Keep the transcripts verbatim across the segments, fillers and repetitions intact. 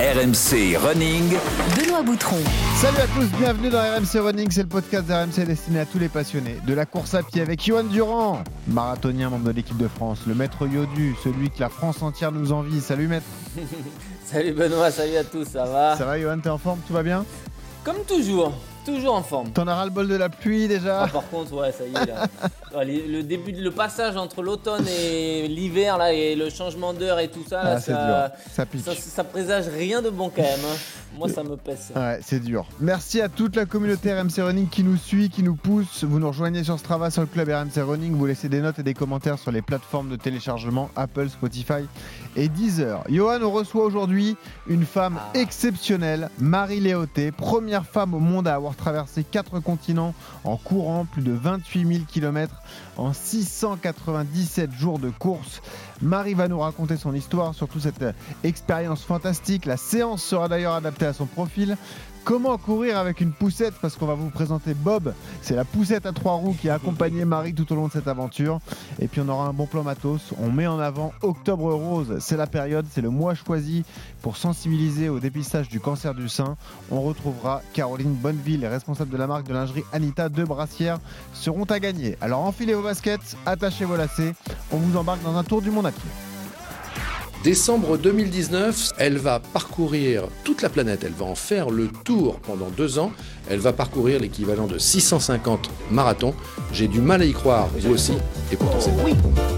R M C Running, Benoît Boutron. Salut à tous, bienvenue dans R M C Running, c'est le podcast d'R M C destiné à tous les passionnés de la course à pied avec Yoann Durand, marathonien, membre de l'équipe de France, le maître Yodu, celui que la France entière nous envie. Salut maître. Salut Benoît, salut à tous, ça va? Ça va Yoann, t'es en forme, tout va bien? Comme toujours, toujours en forme. T'en as ras le bol de la pluie déjà? Ah, par contre, ouais, ça y est là. Ouais, le début, le passage entre l'automne et l'hiver là, et le changement d'heure et tout ça, ah, là, c'est ça, dur, ça pique. Ça, ça présage rien de bon quand même. Hein. Moi, ça me pèse. Ouais, c'est dur. Merci à toute la communauté R M C Running qui nous suit, qui nous pousse. Vous nous rejoignez sur Strava, sur le club R M C Running. Vous laissez des notes et des commentaires sur les plateformes de téléchargement Apple, Spotify et Deezer. Yoann, on reçoit aujourd'hui une femme ah. exceptionnelle, Marie Léoté, première femme au monde à avoir traversé quatre continents en courant plus de vingt-huit mille kilomètres en six cent quatre-vingt-dix-sept jours de course. Marie va nous raconter son histoire, surtout cette expérience fantastique. La séance sera d'ailleurs adaptée à son profil. Comment courir avec une poussette? Parce qu'on va vous présenter Bob. C'est la poussette à trois roues qui a accompagné Marie tout au long de cette aventure. Et puis on aura un bon plan matos. On met en avant Octobre Rose. C'est la période, c'est le mois choisi pour sensibiliser au dépistage du cancer du sein. On retrouvera Caroline Bonneville, les responsables de la marque de lingerie Anita. Deux brassières seront à gagner. Alors enfilez vos baskets, attachez vos lacets. On vous embarque dans un tour du monde à pied. Décembre deux mille dix-neuf, elle va parcourir toute la planète, elle va en faire le tour pendant deux ans, elle va parcourir l'équivalent de six cent cinquante marathons. J'ai du mal à y croire, vous aussi, et pourtant c'est vrai.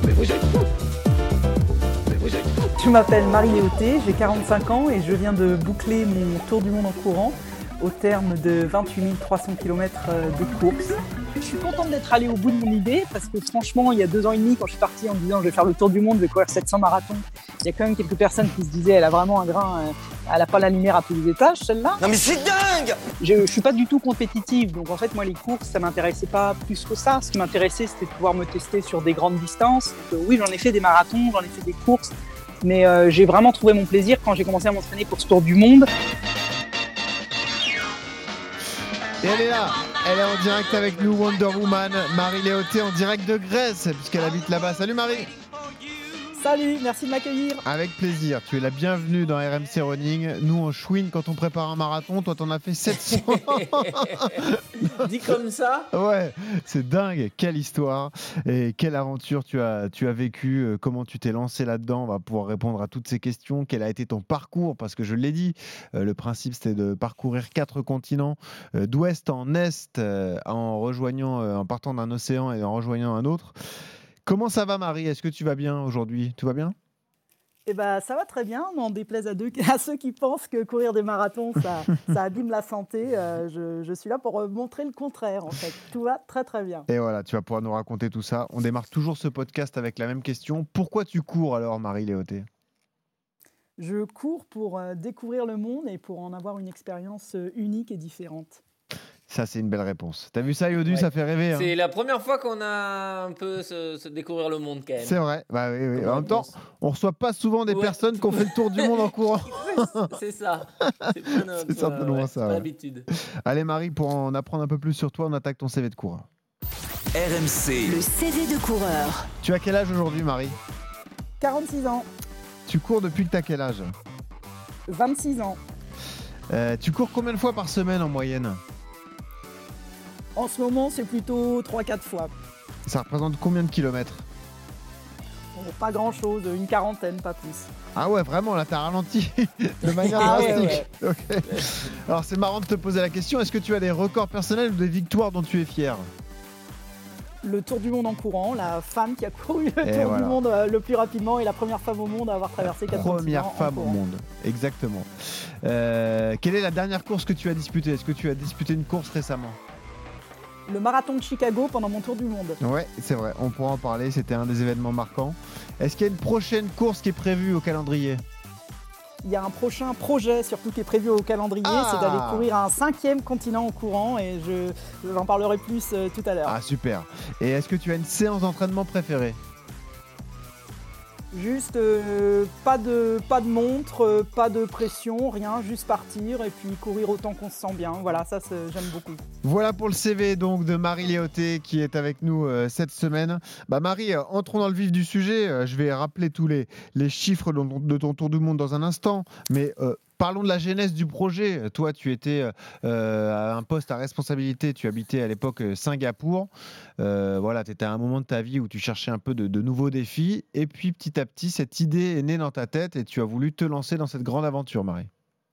Je m'appelle Marie Léoté, j'ai quarante-cinq ans et je viens de boucler mon tour du monde en courant au terme de vingt-huit mille trois cents kilomètres de course. Je suis contente d'être allée au bout de mon idée parce que franchement, il y a deux ans et demi, quand je suis partie en me disant je vais faire le tour du monde, je vais courir sept cents marathons, il y a quand même quelques personnes qui se disaient elle a vraiment un grain, elle n'a pas la lumière à tous les étages, celle-là. Non mais c'est dingue! Je ne suis pas du tout compétitive, donc en fait moi les courses ça m'intéressait pas plus que ça. Ce qui m'intéressait c'était de pouvoir me tester sur des grandes distances. Donc, euh, oui, j'en ai fait des marathons, j'en ai fait des courses, mais euh, j'ai vraiment trouvé mon plaisir quand j'ai commencé à m'entraîner pour ce tour du monde. Et elle est là, elle est en direct avec nous, Wonder Woman, Marie Léoté en direct de Grèce, puisqu'elle habite là-bas. Salut Marie! Salut, merci de m'accueillir. Avec plaisir, tu es la bienvenue dans R M C Running. Nous on chouine quand on prépare un marathon, toi t'en as fait sept cents. Dit comme ça. Ouais, c'est dingue, quelle histoire et quelle aventure tu as, tu as vécu, comment tu t'es lancé là-dedans. On va pouvoir répondre à toutes ces questions. Quel a été ton parcours? Parce que je l'ai dit, euh, le principe c'était de parcourir quatre continents, euh, d'ouest en est, euh, en rejoignant, euh, en partant d'un océan et en rejoignant un autre. Comment ça va Marie? Est-ce que tu vas bien aujourd'hui? Tout va bien? Eh ben, ça va très bien, n'en déplaise à, deux, à ceux qui pensent que courir des marathons, ça, ça abîme la santé. Euh, je, je suis là pour montrer le contraire, en fait. Tout va très très bien. Et voilà, tu vas pouvoir nous raconter tout ça. On démarre toujours ce podcast avec la même question. Pourquoi tu cours alors, Marie Léoté? Je cours pour euh, découvrir le monde et pour en avoir une expérience euh, unique et différente. Ça, c'est une belle réponse. T'as vu ça, Yodu? Ouais. Ça fait rêver. Hein. C'est la première fois qu'on a un peu se, se découvrir le monde, quand même. C'est vrai. Bah, oui, oui. En même temps, on ne reçoit pas souvent des ouais. personnes qui ont fait le tour du monde en courant. C'est ça. C'est, pas notre, c'est simplement ouais, ça. C'est ouais. l'habitude. Allez, Marie, pour en apprendre un peu plus sur toi, on attaque ton C V de coureur. R M C. Le C V de coureur. Tu as quel âge aujourd'hui, Marie? quarante-six ans. Tu cours depuis que tu as quel âge? vingt-six ans. Euh, tu cours combien de fois par semaine en moyenne? En ce moment, c'est plutôt trois à quatre fois. Ça représente combien de kilomètres? Bon, pas grand-chose, une quarantaine, pas plus. Ah ouais, vraiment, là, t'as ralenti de manière ah drastique. Ouais, ouais. Okay. Alors, c'est marrant de te poser la question. Est-ce que tu as des records personnels ou des victoires dont tu es fier? Le tour du monde en courant, la femme qui a couru le et tour voilà. du monde euh, le plus rapidement et la première femme au monde à avoir traversé quatre continents. Première femme au monde, exactement. Euh, quelle est la dernière course que tu as disputée? Est-ce que tu as disputé une course récemment? Le marathon de Chicago pendant mon tour du monde. Ouais, c'est vrai, on pourra en parler, c'était un des événements marquants. Est-ce qu'il y a une prochaine course qui est prévue au calendrier? Il y a un prochain projet surtout qui est prévu au calendrier, ah c'est d'aller courir un cinquième continent en courant et je, j'en parlerai plus euh, tout à l'heure. Ah super. Et est-ce que tu as une séance d'entraînement préférée? Juste euh, pas de, pas de montre, euh, pas de pression, rien, juste partir et puis courir autant qu'on se sent bien. Voilà, ça c'est, j'aime beaucoup. Voilà pour le C V donc de Marie Léoté qui est avec nous euh, cette semaine. Bah Marie, euh, entrons dans le vif du sujet. Euh, je vais rappeler tous les, les chiffres de, de ton tour du monde dans un instant. Mais euh, Parlons de la genèse du projet. Toi, tu étais euh, à un poste à responsabilité. Tu habitais à l'époque euh, Singapour. Euh, voilà, tu étais à un moment de ta vie où tu cherchais un peu de, de nouveaux défis. Et puis, petit à petit, cette idée est née dans ta tête et tu as voulu te lancer dans cette grande aventure, Marie.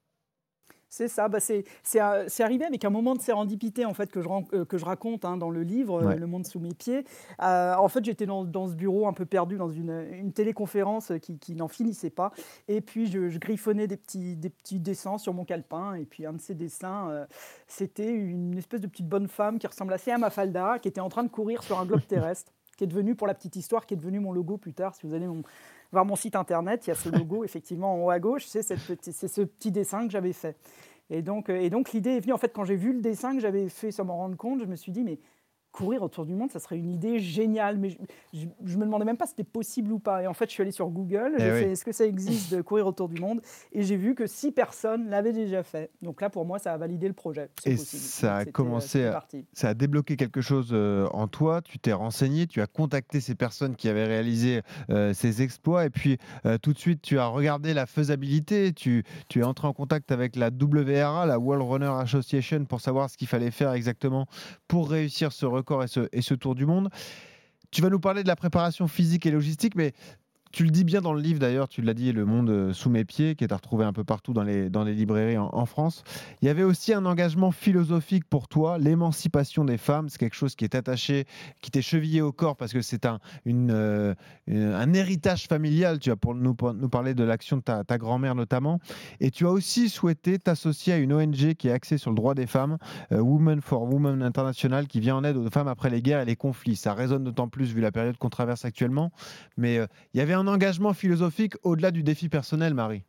C'est ça, bah c'est, c'est, euh, c'est arrivé avec un moment de sérendipité en fait, que, je, euh, que je raconte hein, dans le livre Ouais. euh, Le monde sous mes pieds. Euh, en fait, j'étais dans, dans ce bureau un peu perdu, dans une, une téléconférence qui, qui n'en finissait pas. Et puis, je, je griffonnais des petits, des petits dessins sur mon calepin. Et puis, un de ces dessins, euh, c'était une espèce de petite bonne femme qui ressemble assez à Mafalda, qui était en train de courir sur un globe terrestre, qui est devenu, pour la petite histoire, qui est devenu mon logo plus tard. Si vous allez mon, voir mon site internet, il y a ce logo effectivement en haut à gauche, c'est, cette petite, c'est ce petit dessin que j'avais fait. Et donc, et donc l'idée est venue, en fait, quand j'ai vu le dessin que j'avais fait sans m'en rendre compte, je me suis dit, mais courir autour du monde, ça serait une idée géniale. Mais je ne me demandais même pas si c'était possible ou pas. Et en fait, je suis allé sur Google, j'ai Eh fait, oui. est-ce que ça existe de courir autour du monde ? Et j'ai vu que six personnes l'avaient déjà fait. Donc là, pour moi, ça a validé le projet. C'est Et possible. ça Donc, a c'était, commencé c'était à- parti. Ça a débloqué quelque chose euh, en toi, tu t'es renseigné, tu as contacté ces personnes qui avaient réalisé euh, ces exploits et puis euh, tout de suite tu as regardé la faisabilité, tu, tu es entré en contact avec la W R A, la World Runner Association, pour savoir ce qu'il fallait faire exactement pour réussir ce record et ce, et ce tour du monde. Tu vas nous parler de la préparation physique et logistique, mais tu le dis bien dans le livre d'ailleurs, tu l'as dit, Le monde sous mes pieds, qui est à retrouver un peu partout dans les, dans les librairies en, en France. Il y avait aussi un engagement philosophique pour toi, l'émancipation des femmes. C'est quelque chose qui est attaché, qui t'est chevillé au corps parce que c'est un, une, euh, une- un héritage familial. Tu vas pour nous, pour nous parler de l'action de ta, ta grand-mère notamment. Et tu as aussi souhaité t'associer à une O N G qui est axée sur le droit des femmes, euh, Women for Women International, qui vient en aide aux femmes après les guerres et les conflits. Ça résonne d'autant plus vu la période qu'on traverse actuellement. Mais euh, il y avait un engagement philosophique au-delà du défi personnel, Marie.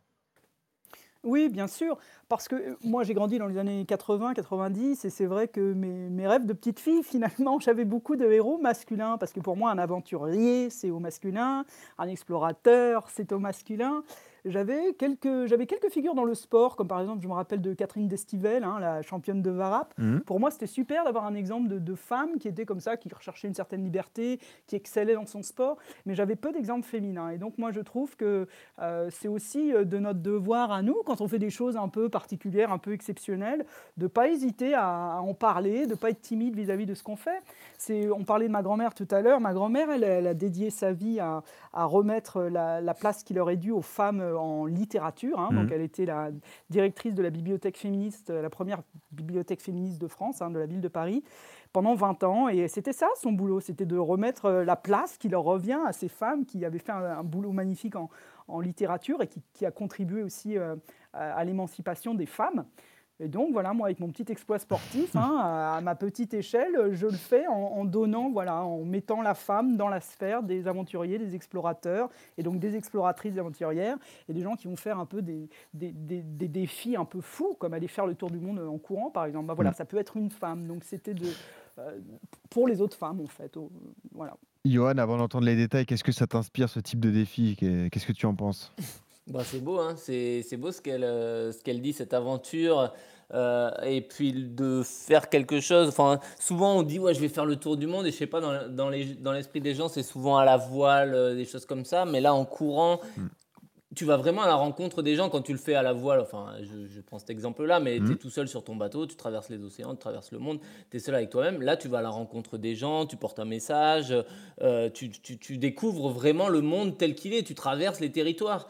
Oui, bien sûr, parce que euh, moi j'ai grandi dans les années quatre-vingts quatre-vingt-dix et c'est vrai que mes, mes rêves de petite fille, finalement, j'avais beaucoup de héros masculins, parce que pour moi un aventurier c'est au masculin, un explorateur c'est au masculin. J'avais quelques, j'avais quelques figures dans le sport, comme par exemple je me rappelle de Catherine Destivelle, hein, la championne de Varap. Mhm. Pour moi c'était super d'avoir un exemple de, de femme qui était comme ça, qui recherchait une certaine liberté, qui excellait dans son sport, mais j'avais peu d'exemples féminins. Et donc moi je trouve que euh, c'est aussi euh, de notre devoir à nous, quand on fait des choses un peu particulières, un peu exceptionnelles, de ne pas hésiter à, à en parler, de ne pas être timide vis-à-vis de ce qu'on fait. C'est, on parlait de ma grand-mère tout à l'heure. Ma grand-mère, elle, elle a dédié sa vie à, à remettre la, la place qui leur est due aux femmes en littérature. Hein. Mhm. Donc elle était la directrice de la bibliothèque féministe, la première bibliothèque féministe de France, hein, de la ville de Paris, pendant vingt ans. Et c'était ça son boulot, c'était de remettre la place qui leur revient à ces femmes qui avaient fait un, un boulot magnifique en, en littérature et qui, qui a contribué aussi euh, à, à l'émancipation des femmes. Et donc, voilà, moi, avec mon petit exploit sportif, hein, à, à ma petite échelle, je le fais en, en donnant, voilà, en mettant la femme dans la sphère des aventuriers, des explorateurs, et donc des exploratrices aventurières, et des gens qui vont faire un peu des, des, des, des défis un peu fous, comme aller faire le tour du monde en courant, par exemple. Ben, voilà, Mm. ça peut être une femme. Donc, c'était de, euh, pour les autres femmes, en fait. Oh, voilà. Johan, avant d'entendre les détails, qu'est-ce que ça t'inspire, ce type de défi ? Qu'est-ce que tu en penses ? Bah, c'est beau, hein. c'est, c'est beau ce qu'elle, euh, ce qu'elle dit, cette aventure. Euh, et puis de faire quelque chose. Enfin, souvent on dit ouais, je vais faire le tour du monde, et je sais pas, dans, dans, les, dans l'esprit des gens, c'est souvent à la voile, euh, des choses comme ça. Mais là, en courant, Mm. tu vas vraiment à la rencontre des gens quand tu le fais à la voile. Enfin, je, je prends cet exemple-là, mais Mm. tu es tout seul sur ton bateau, tu traverses les océans, tu traverses le monde, tu es seul avec toi-même. Là, tu vas à la rencontre des gens, tu portes un message, euh, tu, tu, tu découvres vraiment le monde tel qu'il est, tu traverses les territoires.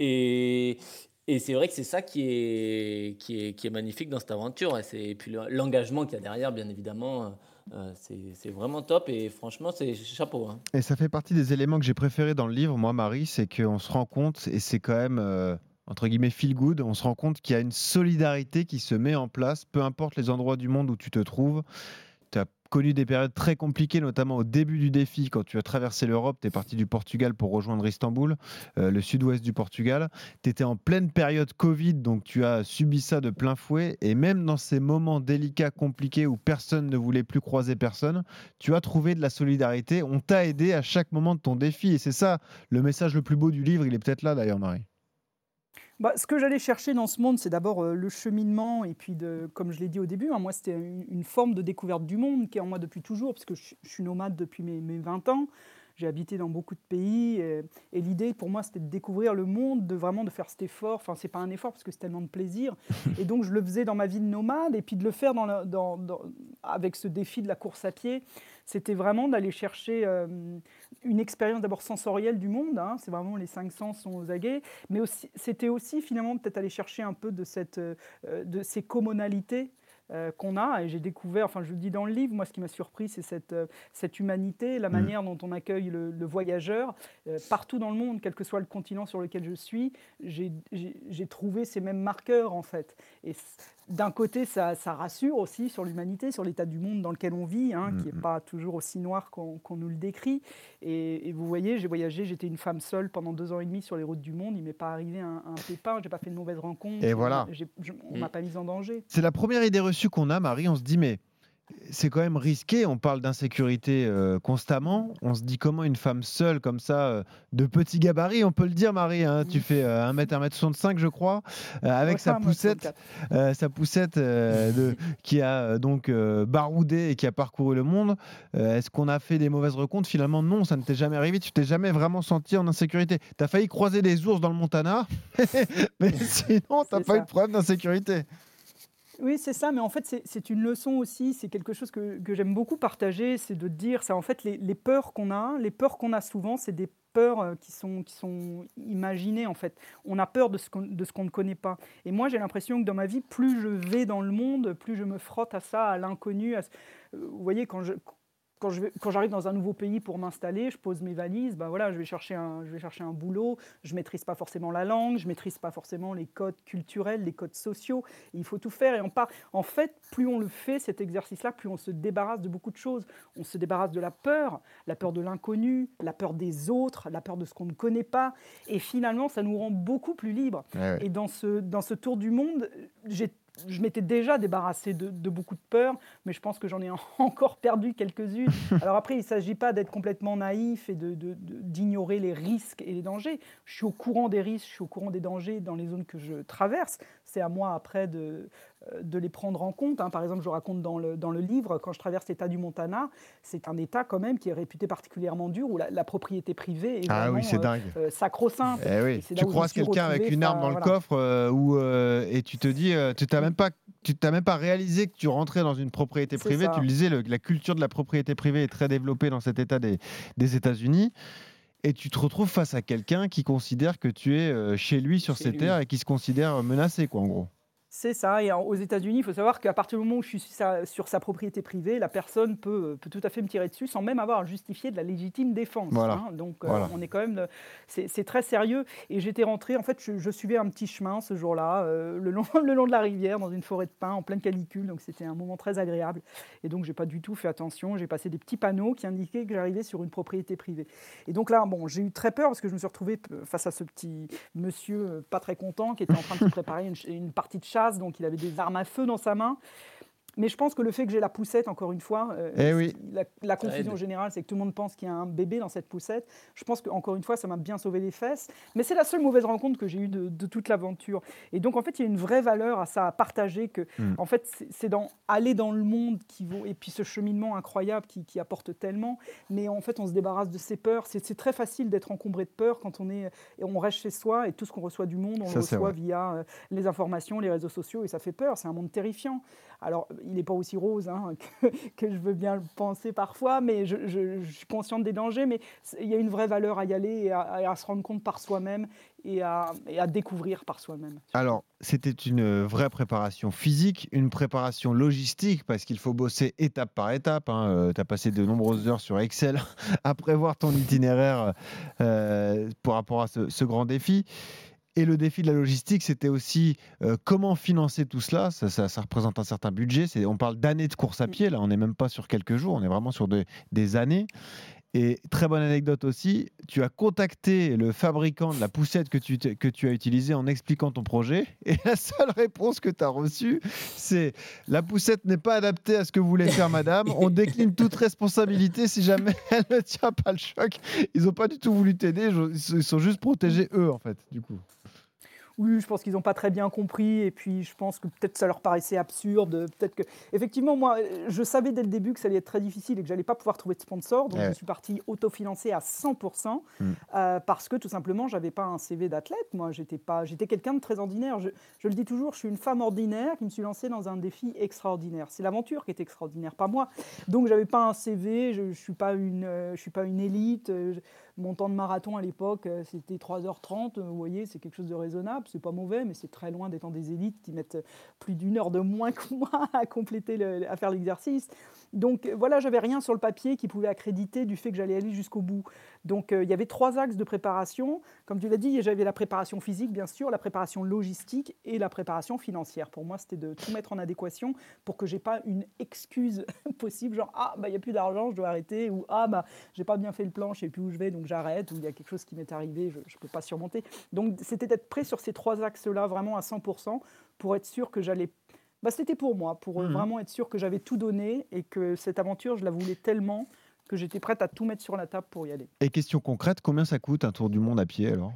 Et, et c'est vrai que c'est ça qui est, qui est, qui est magnifique dans cette aventure. Et, c'est, et puis le- l'engagement qu'il y a derrière, bien évidemment, euh, c'est, c'est vraiment top. Et franchement, c'est chapeau, hein. Et ça fait partie des éléments que j'ai préférés dans le livre, moi, Marie, c'est qu'on se rend compte, et c'est quand même, euh, entre guillemets, feel good, on se rend compte qu'il y a une solidarité qui se met en place, peu importe les endroits du monde où tu te trouves. Tu as connu des périodes très compliquées, notamment au début du défi, quand tu as traversé l'Europe, tu es parti du Portugal pour rejoindre Istanbul, euh, le sud-ouest du Portugal. Tu étais en pleine période Covid, donc tu as subi ça de plein fouet. Et même dans ces moments délicats, compliqués, où personne ne voulait plus croiser personne, tu as trouvé de la solidarité. On t'a aidé à chaque moment de ton défi. Et c'est ça, le message le plus beau du livre. Il est peut-être là, d'ailleurs, Marie. Bah, ce que j'allais chercher dans ce monde, c'est d'abord euh, le cheminement, et puis, de, comme je l'ai dit au début, hein, moi, c'était une, une forme de découverte du monde qui est en moi depuis toujours, parce que je, je suis nomade depuis mes, mes vingt ans. j'ai habité dans beaucoup de pays. Et, et l'idée, pour moi, c'était de découvrir le monde, de vraiment de faire cet effort. Enfin, c'est pas un effort parce que c'est tellement de plaisir. Et donc, je le faisais dans ma vie de nomade. Et puis, de le faire dans la, dans, dans, avec ce défi de la course à pied, c'était vraiment d'aller chercher euh, une expérience d'abord sensorielle du monde. Hein, c'est vraiment les cinq sens sont aux aguets. Mais aussi, c'était aussi, finalement, peut-être aller chercher un peu de, cette, euh, de ces commonalités Euh, qu'on a, et j'ai découvert, enfin je le dis dans le livre, moi ce qui m'a surpris c'est cette, euh, cette humanité, la manière dont on accueille le, le voyageur, euh, partout dans le monde, quel que soit le continent sur lequel je suis, j'ai, j'ai, j'ai trouvé ces mêmes marqueurs en fait. Et d'un côté ça, ça rassure aussi sur l'humanité, sur l'état du monde dans lequel on vit, hein, mmh. qui n'est pas toujours aussi noir qu'on, qu'on nous le décrit. Et, et vous voyez, j'ai voyagé, j'étais une femme seule pendant deux ans et demi sur les routes du monde, il ne m'est pas arrivé un, un pépin, je n'ai pas fait de mauvaises rencontres, et voilà. j'ai, je, on ne m'a pas mise en danger. C'est la première idée reçue qu'on a, Marie, on se dit mais c'est quand même risqué, on parle d'insécurité euh, constamment, on se dit comment une femme seule comme ça, euh, de petit gabarit, on peut le dire Marie, hein, mmh. tu fais euh, un mètre, un mètre soixante-cinq je crois, euh, avec ouais, sa, poussette, euh, sa poussette euh, de, qui a euh, donc euh, baroudé et qui a parcouru le monde, euh, est-ce qu'on a fait des mauvaises rencontres? Finalement non, ça ne t'est jamais arrivé, tu t'es jamais vraiment senti en insécurité, tu as failli croiser des ours dans le Montana, mais sinon tu n'as pas ça. eu de problème d'insécurité. Oui, c'est ça, mais en fait, c'est, c'est une leçon aussi, c'est quelque chose que, que j'aime beaucoup partager, c'est de dire, c'est en fait les, les peurs qu'on a, les peurs qu'on a souvent, c'est des peurs qui sont, qui sont imaginées en fait. On a peur de ce, qu'on, de ce qu'on ne connaît pas. Et moi, j'ai l'impression que dans ma vie, plus je vais dans le monde, plus je me frotte à ça, à l'inconnu. À... Vous voyez, quand je... Quand, je vais, quand j'arrive dans un nouveau pays pour m'installer, je pose mes valises, ben voilà, je vais chercher un, je vais chercher un boulot, je ne maîtrise pas forcément la langue, je ne maîtrise pas forcément les codes culturels, les codes sociaux, et il faut tout faire. Et on part. En fait, plus on le fait, cet exercice-là, plus on se débarrasse de beaucoup de choses. On se débarrasse de la peur, la peur de l'inconnu, la peur des autres, la peur de ce qu'on ne connaît pas, et finalement, ça nous rend beaucoup plus libres. Ouais. Et dans ce, dans ce tour du monde, j'ai je m'étais déjà débarrassé de, de beaucoup de peurs, mais je pense que j'en ai encore perdu quelques-unes. Alors après, il ne s'agit pas d'être complètement naïf et de, de, de, d'ignorer les risques et les dangers. Je suis au courant des risques, je suis au courant des dangers dans les zones que je traverse. C'est à moi après de, de les prendre en compte. Hein. Par exemple, je raconte dans le, dans le livre, quand je traverse l'État du Montana, c'est un État quand même qui est réputé particulièrement dur, où la, la propriété privée est ah vraiment oui, c'est dingue. Euh, sacro-sainte. Eh oui. Tu croises quelqu'un avec une arme dans enfin, le voilà. coffre euh, où, euh, et tu te dis, euh, tu t'as même pas, tu t'as même pas réalisé que tu rentrais dans une propriété privée. Tu le disais, le, la culture de la propriété privée est très développée dans cet État des, des États-Unis. Et tu te retrouves face à quelqu'un qui considère que tu es chez lui sur ses terres et qui se considère menacé, quoi, en gros. C'est ça. Et aux États-Unis, il faut savoir qu'à partir du moment où je suis sur sa, sur sa propriété privée, la personne peut, peut tout à fait me tirer dessus sans même avoir à justifier de la légitime défense. Voilà. Hein. Donc, voilà. euh, on est quand même. C'est, c'est très sérieux. Et j'étais rentré. En fait, je, je suivais un petit chemin ce jour-là, euh, le, long, le long de la rivière, dans une forêt de pins, en pleine canicule. Donc, c'était un moment très agréable. Et donc, j'ai pas du tout fait attention. J'ai passé des petits panneaux qui indiquaient que j'arrivais sur une propriété privée. Et donc là, bon, j'ai eu très peur parce que je me suis retrouvé face à ce petit monsieur pas très content qui était en train de se préparer une, une partie de chasse. Donc, il avait des arme à feu dans sa main. Mais je pense que le fait que j'ai la poussette, encore une fois, euh, eh oui. la, la confusion générale, c'est que tout le monde pense qu'il y a un bébé dans cette poussette. Je pense qu'encore une fois, ça m'a bien sauvé les fesses. Mais c'est la seule mauvaise rencontre que j'ai eue de, de toute l'aventure. Et donc, en fait, il y a une vraie valeur à ça, à partager. Que, mm. En fait, c'est, c'est dans aller dans le monde qui vaut... Et puis ce cheminement incroyable qui, qui apporte tellement. Mais en fait, on se débarrasse de ses peurs. C'est, c'est très facile d'être encombré de peur quand on, est, et on reste chez soi et tout ce qu'on reçoit du monde, on ça, le reçoit via euh, les informations, les réseaux sociaux. Et ça fait peur. C'est un monde terrifiant. Alors, il n'est pas aussi rose hein, que, que je veux bien le penser parfois, mais je, je, je suis consciente des dangers, mais il y a une vraie valeur à y aller et à, et à se rendre compte par soi-même et à, et à découvrir par soi-même. Alors, c'était une vraie préparation physique, une préparation logistique, parce qu'il faut bosser étape par étape. Hein. Tu as passé de nombreuses heures sur Excel à prévoir ton itinéraire euh, par rapport à ce, ce grand défi. Et le défi de la logistique, c'était aussi euh, comment financer tout cela. Ça, ça, ça représente un certain budget. C'est, on parle d'années de course à pied. Là, on n'est même pas sur quelques jours. On est vraiment sur de, des années. Et très bonne anecdote aussi, tu as contacté le fabricant de la poussette que tu, que tu as utilisée en expliquant ton projet. Et la seule réponse que tu as reçue, c'est « La poussette n'est pas adaptée à ce que vous voulez faire, madame. On décline toute responsabilité si jamais elle ne tient pas le choc. » Ils n'ont pas du tout voulu t'aider. Ils sont juste protégés, eux, en fait, du coup. Oui, je pense qu'ils n'ont pas très bien compris et puis je pense que peut-être ça leur paraissait absurde. Peut-être que, effectivement, moi, je savais dès le début que ça allait être très difficile et que j'allais pas pouvoir trouver de sponsor, donc Ouais. je suis partie autofinancée à cent pour cent Mm. euh, parce que tout simplement, j'avais pas un C V d'athlète. Moi, j'étais pas, j'étais quelqu'un de très ordinaire. Je, je le dis toujours, je suis une femme ordinaire qui me suis lancée dans un défi extraordinaire. C'est l'aventure qui est extraordinaire, pas moi. Donc, j'avais pas un C V. Je, je suis pas une, euh, je suis pas une élite. Euh, Mon temps de marathon à l'époque, euh, c'était trois heures trente. Vous voyez, c'est quelque chose de raisonnable. C'est pas mauvais, mais c'est très loin d'étant des élites qui mettent plus d'une heure de moins que moi à compléter, le, à faire l'exercice. Donc euh, voilà, j'avais rien sur le papier qui pouvait accréditer du fait que j'allais aller jusqu'au bout. Donc euh, il y avait trois axes de préparation. Comme tu l'as dit, j'avais la préparation physique, bien sûr, la préparation logistique et la préparation financière. Pour moi, c'était de tout mettre en adéquation pour que j'ai pas une excuse possible, genre ah bah il y a plus d'argent, je dois arrêter, ou ah bah j'ai pas bien fait le plan, je sais plus où je vais, donc j'arrête, ou il y a quelque chose qui m'est arrivé, je ne peux pas surmonter. Donc c'était d'être prêt sur ces trois axes-là, vraiment à cent pour cent, pour être sûr que j'allais... Bah, c'était pour moi, pour euh, Mhm. vraiment être sûr que j'avais tout donné et que cette aventure, je la voulais tellement que j'étais prête à tout mettre sur la table pour y aller. Et question concrète, combien ça coûte un tour du monde à pied alors?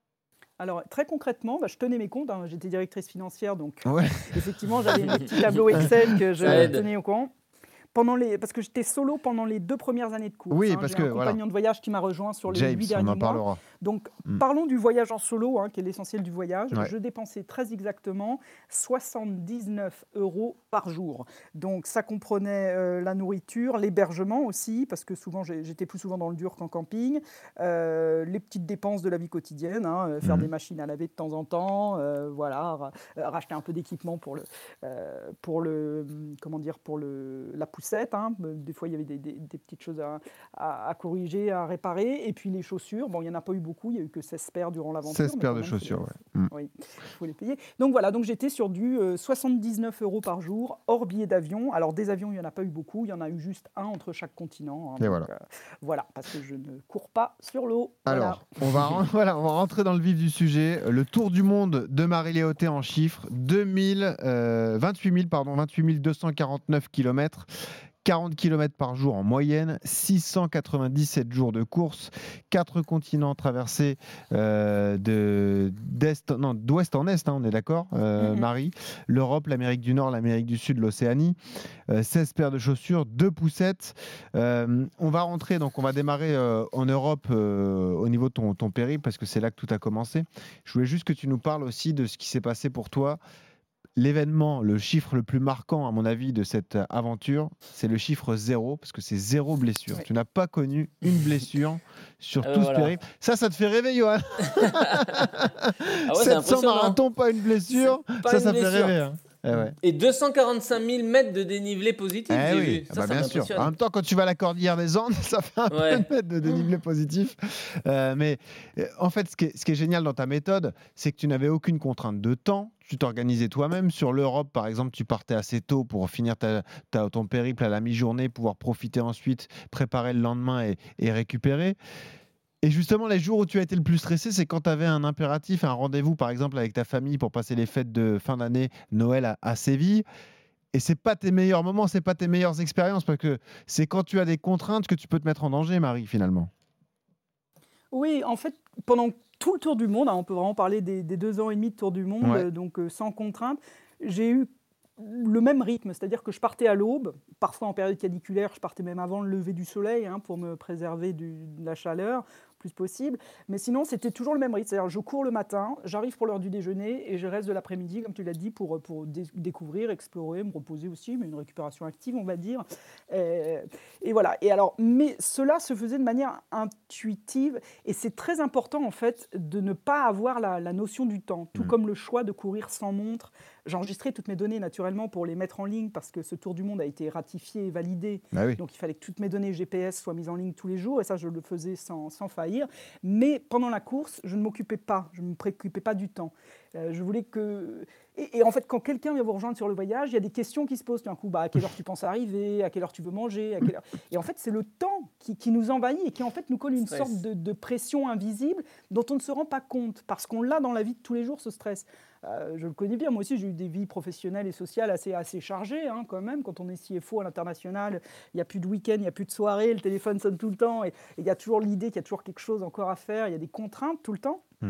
Alors très concrètement, bah, je tenais mes comptes, hein, j'étais directrice financière, donc Ouais. effectivement j'avais mes petits tableaux Excel que je Ça aide. tenais au courant. Pendant les... Parce que j'étais solo pendant les deux premières années de course. Oui, hein. parce J'ai que, un voilà. compagnon de voyage qui m'a rejoint sur les James, huit on derniers en mois. parlera. Donc, Mm. parlons du voyage en solo, hein, qui est l'essentiel du voyage. Ouais. Je dépensais très exactement soixante-dix-neuf euros par jour. Donc, ça comprenait euh, la nourriture, l'hébergement aussi, parce que souvent, j'ai- j'étais plus souvent dans le dur qu'en camping, euh, les petites dépenses de la vie quotidienne, hein, euh, faire Mhm. des machines à laver de temps en temps, euh, voilà, ra- euh, racheter un peu d'équipement pour le, euh, pour le, comment dire, pour le, la poussette. Hein. Des fois, il y avait des, des- des petites choses à, à- à corriger, à réparer. Et puis les chaussures, bon, il n'y en a pas eu beaucoup, il n'y a eu que seize paires durant l'aventure. seize mais paires quand de même, faut les- chaussures, ouais. Mm. Oui, il faut les payer. Donc voilà, donc j'étais sur du euh, soixante-dix-neuf euros par jour, hors billet d'avion. Alors des avions, il n'y en a pas eu beaucoup, il y en a eu juste un entre chaque continent. hein. Et Donc, voilà. euh, voilà, parce que je ne cours pas sur l'eau. Voilà. Alors, on va, ren- voilà, on va rentrer dans le vif du sujet. Le tour du monde de Marie Léoté en chiffres, deux mille, euh, vingt-huit mille, pardon, vingt-huit mille deux cent quarante-neuf kilomètres. quarante kilomètres par jour en moyenne, six cent quatre-vingt-dix-sept jours de course, quatre continents traversés euh, de, d'est, non, d'ouest en est, hein, on est d'accord, euh, Mhm. Marie. L'Europe, l'Amérique du Nord, l'Amérique du Sud, l'Océanie. Euh, seize paires de chaussures, deux poussettes. Euh, on va rentrer, donc on va démarrer euh, en Europe euh, au niveau de ton, ton périple, parce que c'est là que tout a commencé. Je voulais juste que tu nous parles aussi de ce qui s'est passé pour toi. L'événement, le chiffre le plus marquant, à mon avis, de cette aventure, c'est le chiffre zéro, parce que c'est zéro blessure. Oui. Tu n'as pas connu une blessure sur Euh, tout voilà. ce périple. Ça, ça te fait rêver, Johan. Ah ouais, c'est sept cents impressionnant. marathons, pas une blessure. C'est pas Ça, une ça fait blessure. rêver. hein. Eh ouais. Et deux cent quarante-cinq mille mètres de dénivelé positif, Eh j'ai oui, vu. ah Ça, bah ça bien sûr. m'impressionne. En même temps, quand tu vas à la Cordillère des Andes, ça fait un Ouais. peu de mètres de dénivelé positif. Euh, mais euh, en fait, ce qui, est, ce qui est génial dans ta méthode, c'est que tu n'avais aucune contrainte de temps. Tu t'organisais toi-même. Sur l'Europe, par exemple, tu partais assez tôt pour finir ta, ta- ton périple à la mi-journée, pouvoir profiter ensuite, préparer le lendemain et, et récupérer. Et justement, les jours où tu as été le plus stressé, c'est quand tu avais un impératif, un rendez-vous, par exemple, avec ta famille pour passer les fêtes de fin d'année, Noël à, à Séville. Et c'est pas tes meilleurs moments, c'est pas tes meilleures expériences, parce que c'est quand tu as des contraintes que tu peux te mettre en danger, Marie, finalement. Oui, en fait, pendant tout le tour du monde, hein, on peut vraiment parler des, des deux ans et demi de tour du monde, Ouais. euh, donc euh, sans contrainte, j'ai eu le même rythme, c'est-à-dire que je partais à l'aube, parfois en période caniculaire, je partais même avant le lever du soleil hein, pour me préserver du- de la chaleur le plus possible, mais sinon c'était toujours le même rythme, c'est-à-dire je cours le matin, j'arrive pour l'heure du déjeuner et je reste de l'après-midi, comme tu l'as dit, pour, pour dé- découvrir, explorer, me reposer aussi, mais une récupération active on va dire. Euh, et voilà, et alors, mais cela se faisait de manière intuitive et c'est très important en fait de ne pas avoir la, la notion du temps, tout Mhm. comme le choix de courir sans montre. J'ai enregistré toutes mes données naturellement pour les mettre en ligne parce que ce tour du monde a été ratifié et validé. Bah oui. Donc il fallait que toutes mes données G P S soient mises en ligne tous les jours et ça je le faisais sans, sans faillir. Mais pendant la course, je ne m'occupais pas, je ne me préoccupais pas du temps. Euh, je voulais que... Et, et en fait, quand quelqu'un vient vous rejoindre sur le voyage, il y a des questions qui se posent. Tout d'un coup, bah, à quelle heure tu penses arriver, à quelle heure tu veux manger, à quelle heure... Et en fait, c'est le temps qui, qui nous envahit et qui en fait nous colle une Stress. sorte de, de pression invisible dont on ne se rend pas compte parce qu'on l'a dans la vie de tous les jours, ce stress. Euh, je le connais bien, moi aussi j'ai eu des vies professionnelles et sociales assez, assez chargées hein, quand même. Quand on est C F O à l'international, il n'y a plus de week-end, il n'y a plus de soirée, le téléphone sonne tout le temps et il y a toujours l'idée qu'il y a toujours quelque chose encore à faire, il y a des contraintes tout le temps. Mm.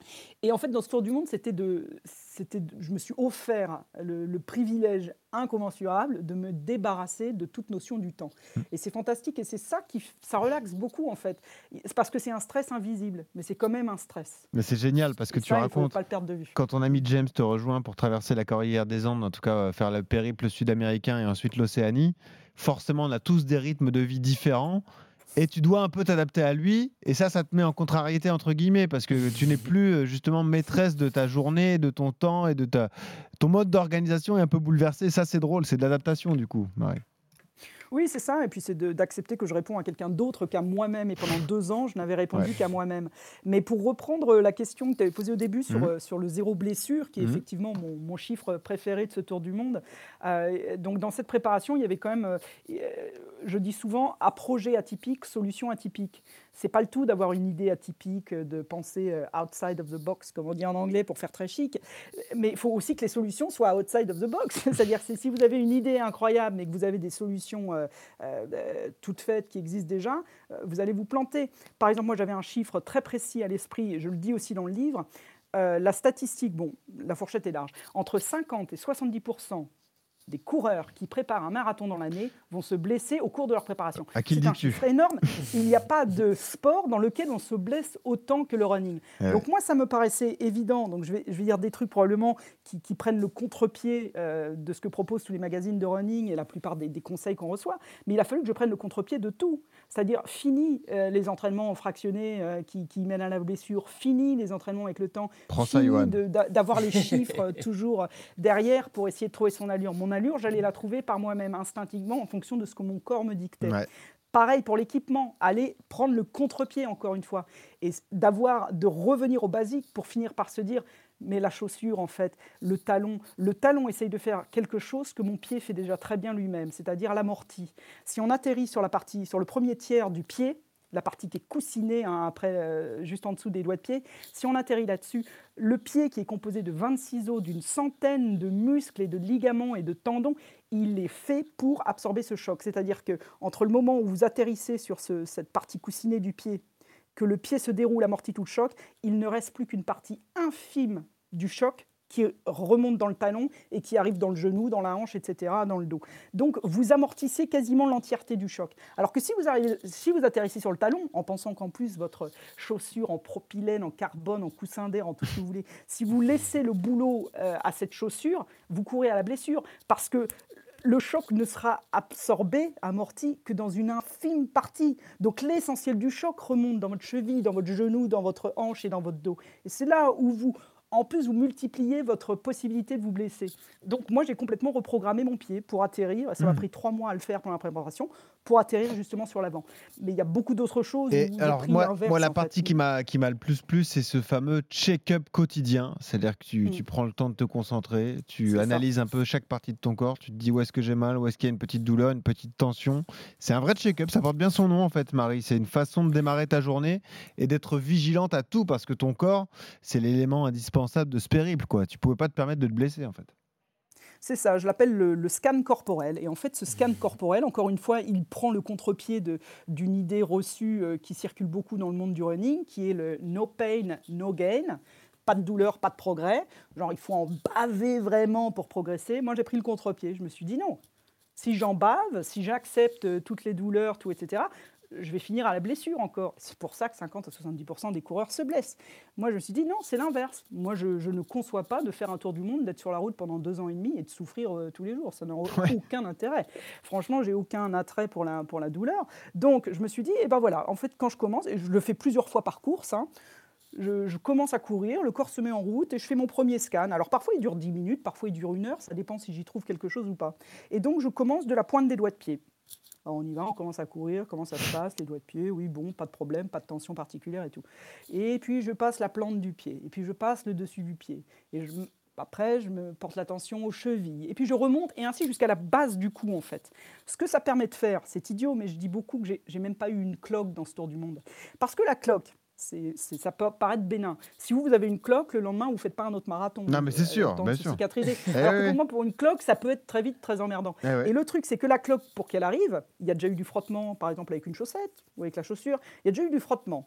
Et en fait, dans ce tour du monde, c'était de, c'était de- je me suis offert le, le privilège incommensurable de me débarrasser de toute notion du temps. Et c'est fantastique, et c'est ça qui, f- ça relaxe beaucoup en fait. C'est parce que c'est un stress invisible, mais c'est quand même un stress. Mais c'est génial parce que Et tu ça, il ne faut racontes, pas le perdre de vue. quand ton ami James te rejoint pour traverser la cordillère des Andes, en tout cas euh, faire le périple sud-américain et ensuite l'Océanie, forcément on a tous des rythmes de vie différents et tu dois un peu t'adapter à lui et ça, ça te met en contrariété entre guillemets parce que tu n'es plus euh, justement maîtresse de ta journée, de ton temps et de ta... ton mode d'organisation est un peu bouleversé. Ça c'est drôle, c'est de l'adaptation du coup, Marie. Oui, c'est ça. Et puis, c'est de- d'accepter que je réponds à quelqu'un d'autre qu'à moi-même. Et pendant deux ans, je n'avais répondu Ouais. qu'à moi-même. Mais pour reprendre la question que tu avais posée au début sur, Mhm. euh, sur le zéro blessure, qui est Mhm. effectivement mon, mon chiffre préféré de ce tour du monde. euh, donc, dans cette préparation, il y avait quand même, euh, euh, je dis souvent, à projet atypique, solution atypique. C'est pas le tout d'avoir une idée atypique, de penser euh, outside of the box, comme on dit en anglais, pour faire très chic. Mais il faut aussi que les solutions soient outside of the box. C'est-à-dire que si vous avez une idée incroyable, mais que vous avez des solutions euh, euh, toutes faites qui existent déjà, euh, vous allez vous planter. Par exemple, moi, j'avais un chiffre très précis à l'esprit, et je le dis aussi dans le livre. Euh, la statistique, bon, la fourchette est large, entre cinquante et soixante-dix pour cent des coureurs qui préparent un marathon dans l'année vont se blesser au cours de leur préparation. À qui le C'est un dis-tu ? chiffre énorme. Il n'y a pas de sport dans lequel on se blesse autant que le running. Ouais. Donc moi, ça me paraissait évident. Donc je vais, je vais dire des trucs probablement qui, qui prennent le contre-pied euh, de ce que proposent tous les magazines de running et la plupart des, des conseils qu'on reçoit. Mais il a fallu que je prenne le contre-pied de tout. C'est-à-dire, fini euh, les entraînements fractionnés euh, qui, qui mènent à la blessure, fini les entraînements avec le temps, Prends ça, fini Johan. de- d'a- d'avoir les chiffres euh, toujours derrière pour essayer de trouver son allure. Mon allure, j'allais la trouver par moi-même, instinctivement, en fonction de ce que mon corps me dictait. Ouais. Pareil pour l'équipement, aller prendre le contre-pied encore une fois et s- d'avoir de revenir au basique pour finir par se dire mais la chaussure en fait, le talon, le talon essaye de faire quelque chose que mon pied fait déjà très bien lui-même, c'est-à-dire l'amorti. Si on atterrit sur la partie, sur le premier tiers du pied, la partie qui est coussinée hein, après, euh, juste en dessous des doigts de pied, si on atterrit là-dessus, le pied qui est composé de vingt-six os, d'une centaine de muscles et de ligaments et de tendons, il est fait pour absorber ce choc. C'est-à-dire que entre le moment où vous atterrissez sur ce- cette partie coussinée du pied, que le pied se déroule, amortit tout le choc, il ne reste plus qu'une partie infime du choc qui remonte dans le talon et qui arrive dans le genou, dans la hanche, et cetera, dans le dos. Donc, vous amortissez quasiment l'entièreté du choc. Alors que si vous, arrivez, si vous atterrissez sur le talon, en pensant qu'en plus, votre chaussure en propylène, en carbone, en coussin d'air, en tout ce que vous voulez, si vous laissez le boulot euh, à cette chaussure, vous courez à la blessure parce que le choc ne sera absorbé, amorti, que dans une infime partie. Donc l'essentiel du choc remonte dans votre cheville, dans votre genou, dans votre hanche et dans votre dos. Et c'est là où vous, en plus, vous multipliez votre possibilité de vous blesser. Donc moi, j'ai complètement reprogrammé mon pied pour atterrir. Ça m'a Mmh. pris trois mois à le faire pendant la préparation, pour atterrir justement sur l'avant. Mais il y a beaucoup d'autres choses Et où j'ai alors, pris moi, l'inverse, moi, la en partie fait. qui m'a qui m'a le plus plu, c'est ce fameux check-up quotidien. C'est-à-dire que tu, Mm. tu prends le temps de te concentrer, tu C'est ça. analyses un peu chaque partie de ton corps, tu te dis où est-ce que j'ai mal, où est-ce qu'il y a une petite douleur, une petite tension. C'est un vrai check-up, ça porte bien son nom en fait, Marie. C'est une façon de démarrer ta journée et d'être vigilante à tout parce que ton corps, c'est l'élément indispensable de ce périple, quoi. Tu pouvais pas te permettre de te blesser en fait. C'est ça, je l'appelle le, le scan corporel. Et en fait, ce scan corporel, encore une fois, il prend le contre-pied de- d'une idée reçue euh, qui circule beaucoup dans le monde du running, qui est le no pain, no gain. Pas de douleur, pas de progrès. Genre, il faut en baver vraiment pour progresser. Moi, j'ai pris le contre-pied. Je me suis dit non. Si j'en bave, si j'accepte euh, toutes les douleurs, tout, et cetera, je vais finir à la blessure encore. C'est pour ça que cinquante à soixante-dix pour cent des coureurs se blessent. Moi, je me suis dit, non, c'est l'inverse. Moi, je, je ne conçois pas de faire un tour du monde, d'être sur la route pendant deux ans et demi et de souffrir euh, tous les jours. Ça n'a Ouais. aucun intérêt. Franchement, j'ai aucun attrait pour la, pour la douleur. Donc, je me suis dit, eh ben voilà, en fait, quand je commence, et je le fais plusieurs fois par course, hein, je, je commence à courir, le corps se met en route et je fais mon premier scan. Alors, parfois, il dure dix minutes, parfois, il dure une heure, ça dépend si j'y trouve quelque chose ou pas. Et donc, je commence de la pointe des doigts de pied. Alors, on y va, on commence à courir, comment ça se passe, les doigts de pied, oui, bon, pas de problème, pas de tension particulière et tout. Et puis, je passe la plante du pied, et puis je passe le dessus du pied. Et je, après, je me porte l'attention aux chevilles, et puis je remonte, et ainsi jusqu'à la base du cou, en fait. Ce que ça permet de faire, c'est idiot, mais je dis beaucoup que j'ai, j'ai même pas eu une cloque dans ce tour du monde. Parce que la cloque, c'est, c'est, ça peut paraître bénin. Si vous, vous avez une cloque, le lendemain, vous ne faites pas un autre marathon. Non, mais c'est Elle a sûr, le temps bien de se sûr. cicatriser. Eh Alors que ouais. pour moi, pour une cloque, ça peut être très vite très emmerdant. Eh ouais. Et le truc, c'est que la cloque, pour qu'elle arrive, il y a déjà eu du frottement, par exemple avec une chaussette ou avec la chaussure, il y a déjà eu du frottement.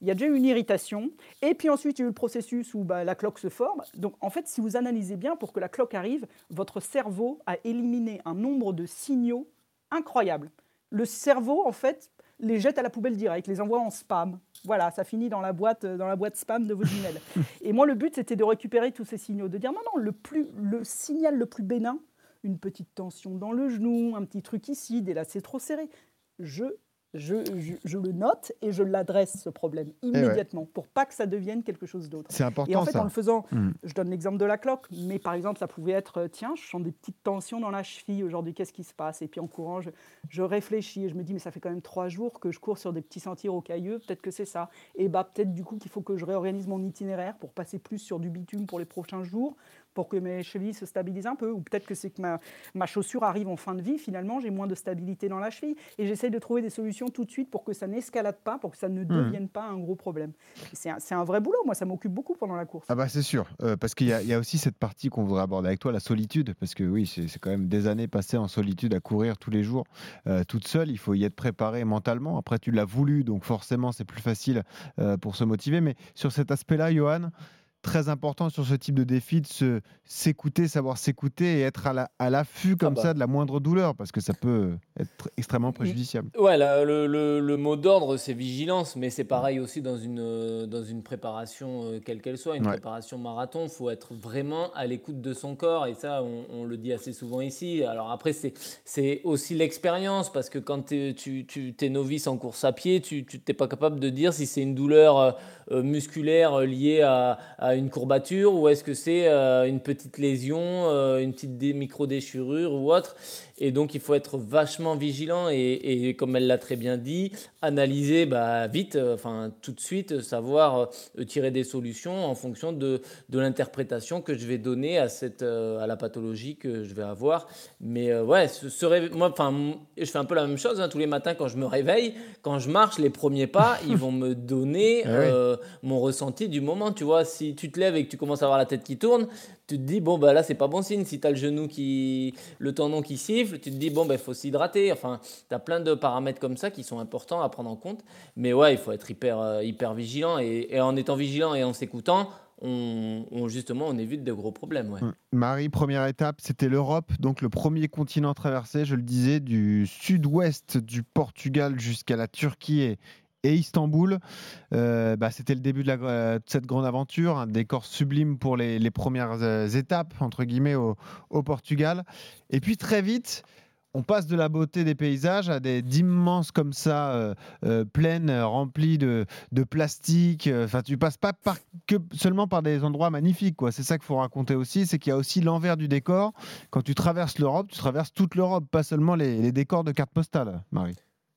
il y a déjà eu une irritation, et puis ensuite il y a eu le processus où bah, la cloque se forme. Donc en fait, si vous analysez bien, pour que la cloque arrive, votre cerveau a éliminé un nombre de signaux incroyable. Le cerveau, en fait, les jette à la poubelle direct, les envoie en spam. Voilà, ça finit dans la boîte, dans la boîte spam de vos emails. Et moi, le but, c'était de récupérer tous ces signaux, de dire non, non, le, plus, le signal le plus bénin, une petite tension dans le genou, un petit truc ici, des lacets trop serrés. Je, je, je, je le note et je l'adresse, ce problème, immédiatement, ouais. pour pas que ça devienne quelque chose d'autre. C'est important, et en fait, ça. en le faisant, mmh. je donne l'exemple de la cloque, mais par exemple, ça pouvait être, tiens, je sens des petites tensions dans la cheville aujourd'hui, qu'est-ce qui se passe? Et puis en courant, je, je réfléchis et je me dis, mais ça fait quand même trois jours que je cours sur des petits sentiers rocailleux, peut-être que c'est ça. Et bah, peut-être du coup qu'il faut que je réorganise mon itinéraire pour passer plus sur du bitume pour les prochains jours, pour que mes chevilles se stabilisent un peu. Ou peut-être que c'est que ma, ma chaussure arrive en fin de vie, finalement, j'ai moins de stabilité dans la cheville. Et j'essaye de trouver des solutions tout de suite pour que ça n'escalade pas, pour que ça ne devienne mmh. pas un gros problème. C'est un, c'est un vrai boulot, moi, ça m'occupe beaucoup pendant la course. Ah bah c'est sûr, euh, parce qu'il y a, il y a aussi cette partie qu'on voudrait aborder avec toi, la solitude, parce que oui, c'est, c'est quand même des années passées en solitude à courir tous les jours, euh, toute seule, il faut y être préparé mentalement. Après, tu l'as voulu, donc forcément, c'est plus facile euh, pour se motiver. Mais sur cet aspect-là, Johan, très important sur ce type de défi de se, s'écouter, savoir s'écouter et être à, la, à l'affût comme ah bah. ça de la moindre douleur, parce que ça peut être extrêmement préjudiciable. Ouais, la, le, le, le mot d'ordre, c'est vigilance, mais c'est pareil aussi dans une, dans une préparation, quelle qu'elle soit, une ouais. préparation marathon, il faut être vraiment à l'écoute de son corps, et ça, on, on le dit assez souvent ici. Alors après, c'est, c'est aussi l'expérience, parce que quand tu, tu es novice en course à pied, tu n'es pas capable de dire si c'est une douleur euh, musculaire liée à, à une courbature ou est-ce que c'est euh, une petite lésion, euh, une petite dé- micro-déchirure ou autre. Et donc, il faut être vachement vigilant et, et comme elle l'a très bien dit, analyser bah, vite, enfin tout de suite, savoir euh, tirer des solutions en fonction de, de l'interprétation que je vais donner à, cette, euh, à la pathologie que je vais avoir. Mais euh, ouais, ce, ce réve... moi, enfin, je fais un peu la même chose hein, tous les matins quand je me réveille, quand je marche, les premiers pas, ils vont me donner euh, mon ressenti du moment. Tu vois, si tu te lèves et que tu commences à avoir la tête qui tourne, tu te dis, bon, bah, là, c'est pas bon signe. Si tu as le genou qui, le tendon qui siffle, tu te dis, bon, il bah, faut s'hydrater. Enfin, tu as plein de paramètres comme ça qui sont importants à prendre en compte. Mais ouais, il faut être hyper, euh, hyper vigilant. Et, et en étant vigilant et en s'écoutant, on, on, justement, on évite de gros problèmes. Ouais. Marie, première étape, c'était l'Europe. Donc, le premier continent traversé, je le disais, du sud-ouest du Portugal jusqu'à la Turquie et Et Istanbul, euh, bah, c'était le début de, la, euh, de cette grande aventure, un décor sublime pour les, les premières euh, étapes, entre guillemets, au, au Portugal. Et puis très vite, on passe de la beauté des paysages à des d'immenses comme ça, euh, euh, plaines remplies de, de plastique. Enfin, tu passes pas par, que seulement par des endroits magnifiques, quoi. C'est ça qu'il faut raconter aussi, c'est qu'il y a aussi l'envers du décor. Quand tu traverses l'Europe, tu traverses toute l'Europe, pas seulement les, les décors de cartes postales, Marie.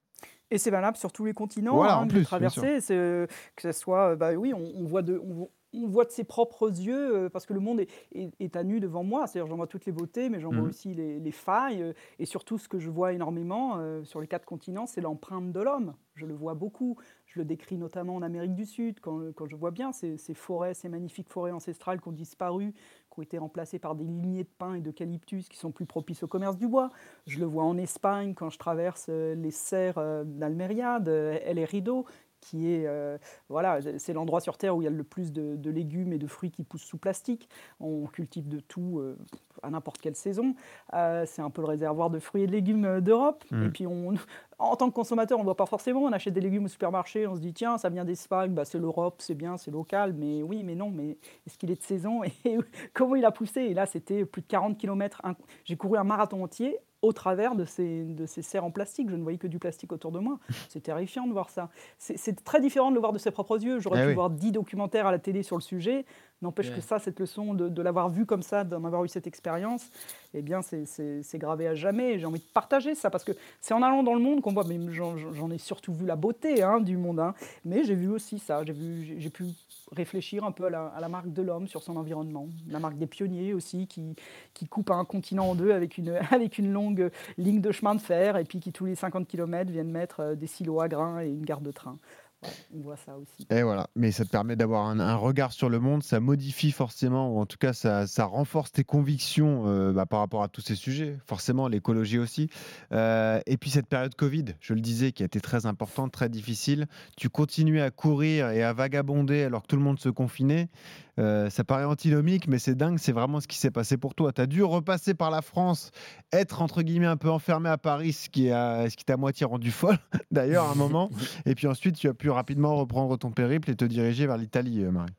Et c'est valable sur tous les continents, voilà, hein, en plus, de traverser, c'est, euh, que ce soit, bah oui, on, on voit de, on, on voit de ses propres yeux, euh, parce que le monde est, est, est à nu devant moi. C'est-à-dire, j'en vois toutes les beautés, mais j'en mmh. vois aussi les, les failles. Euh, et surtout, ce que je vois énormément euh, sur les quatre continents, c'est l'empreinte de l'homme. Je le vois beaucoup. Je le décris notamment en Amérique du Sud, quand, quand je vois bien ces, ces forêts, ces magnifiques forêts ancestrales qui ont disparu, qui ont été remplacées par des lignées de pins et d'eucalyptus qui sont plus propices au commerce du bois. Je le vois en Espagne quand je traverse les serres d'Almeria, de El Herido, qui est, euh, voilà, c'est l'endroit sur Terre où il y a le plus de, de légumes et de fruits qui poussent sous plastique. On cultive de tout euh, à n'importe quelle saison. Euh, c'est un peu le réservoir de fruits et de légumes d'Europe. Mmh. Et puis, on, en tant que consommateur, on ne voit pas forcément. On achète des légumes au supermarché, on se dit, tiens, ça vient d'Espagne, bah, c'est l'Europe, c'est bien, c'est local. Mais oui, mais non, mais est-ce qu'il est de saison et comment il a poussé? Et là, c'était plus de quarante kilomètres. Un... J'ai couru un marathon entier au travers de ces, de ces serres en plastique. Je ne voyais que du plastique autour de moi. C'est terrifiant de voir ça. C'est, c'est très différent de le voir de ses propres yeux. J'aurais eh pu oui. voir dix documentaires à la télé sur le sujet. N'empêche yeah. que ça, cette leçon, de, de l'avoir vu comme ça, d'en avoir eu cette expérience, eh bien, c'est, c'est, c'est gravé à jamais. Et j'ai envie de partager ça, parce que c'est en allant dans le monde qu'on voit, mais j'en, j'en ai surtout vu la beauté hein, du monde. Hein. Mais j'ai vu aussi ça. J'ai, vu, j'ai, j'ai pu réfléchir un peu à la, à la marque de l'homme sur son environnement. La marque des pionniers aussi, qui, qui coupe un continent en deux avec une, avec une longue ligne de chemin de fer, et puis qui, tous les cinquante kilomètres, viennent mettre des silos à grains et une gare de train. Ouais, on voit ça aussi. Et voilà, mais ça te permet d'avoir un, un regard sur le monde, ça modifie forcément, ou en tout cas ça, ça renforce tes convictions euh, bah, par rapport à tous ces sujets, forcément l'écologie aussi. Euh, et puis cette période Covid, je le disais, qui a été très importante, très difficile, tu continuais à courir et à vagabonder alors que tout le monde se confinait. Euh, ça paraît antinomique, mais c'est dingue, c'est vraiment ce qui s'est passé pour toi. Tu as dû repasser par la France, être entre guillemets un peu enfermé à Paris, ce qui, a, ce qui t'a à moitié rendu folle d'ailleurs à un moment. Et puis ensuite, tu as pu rapidement reprendre ton périple et te diriger vers l'Italie, euh, Marie.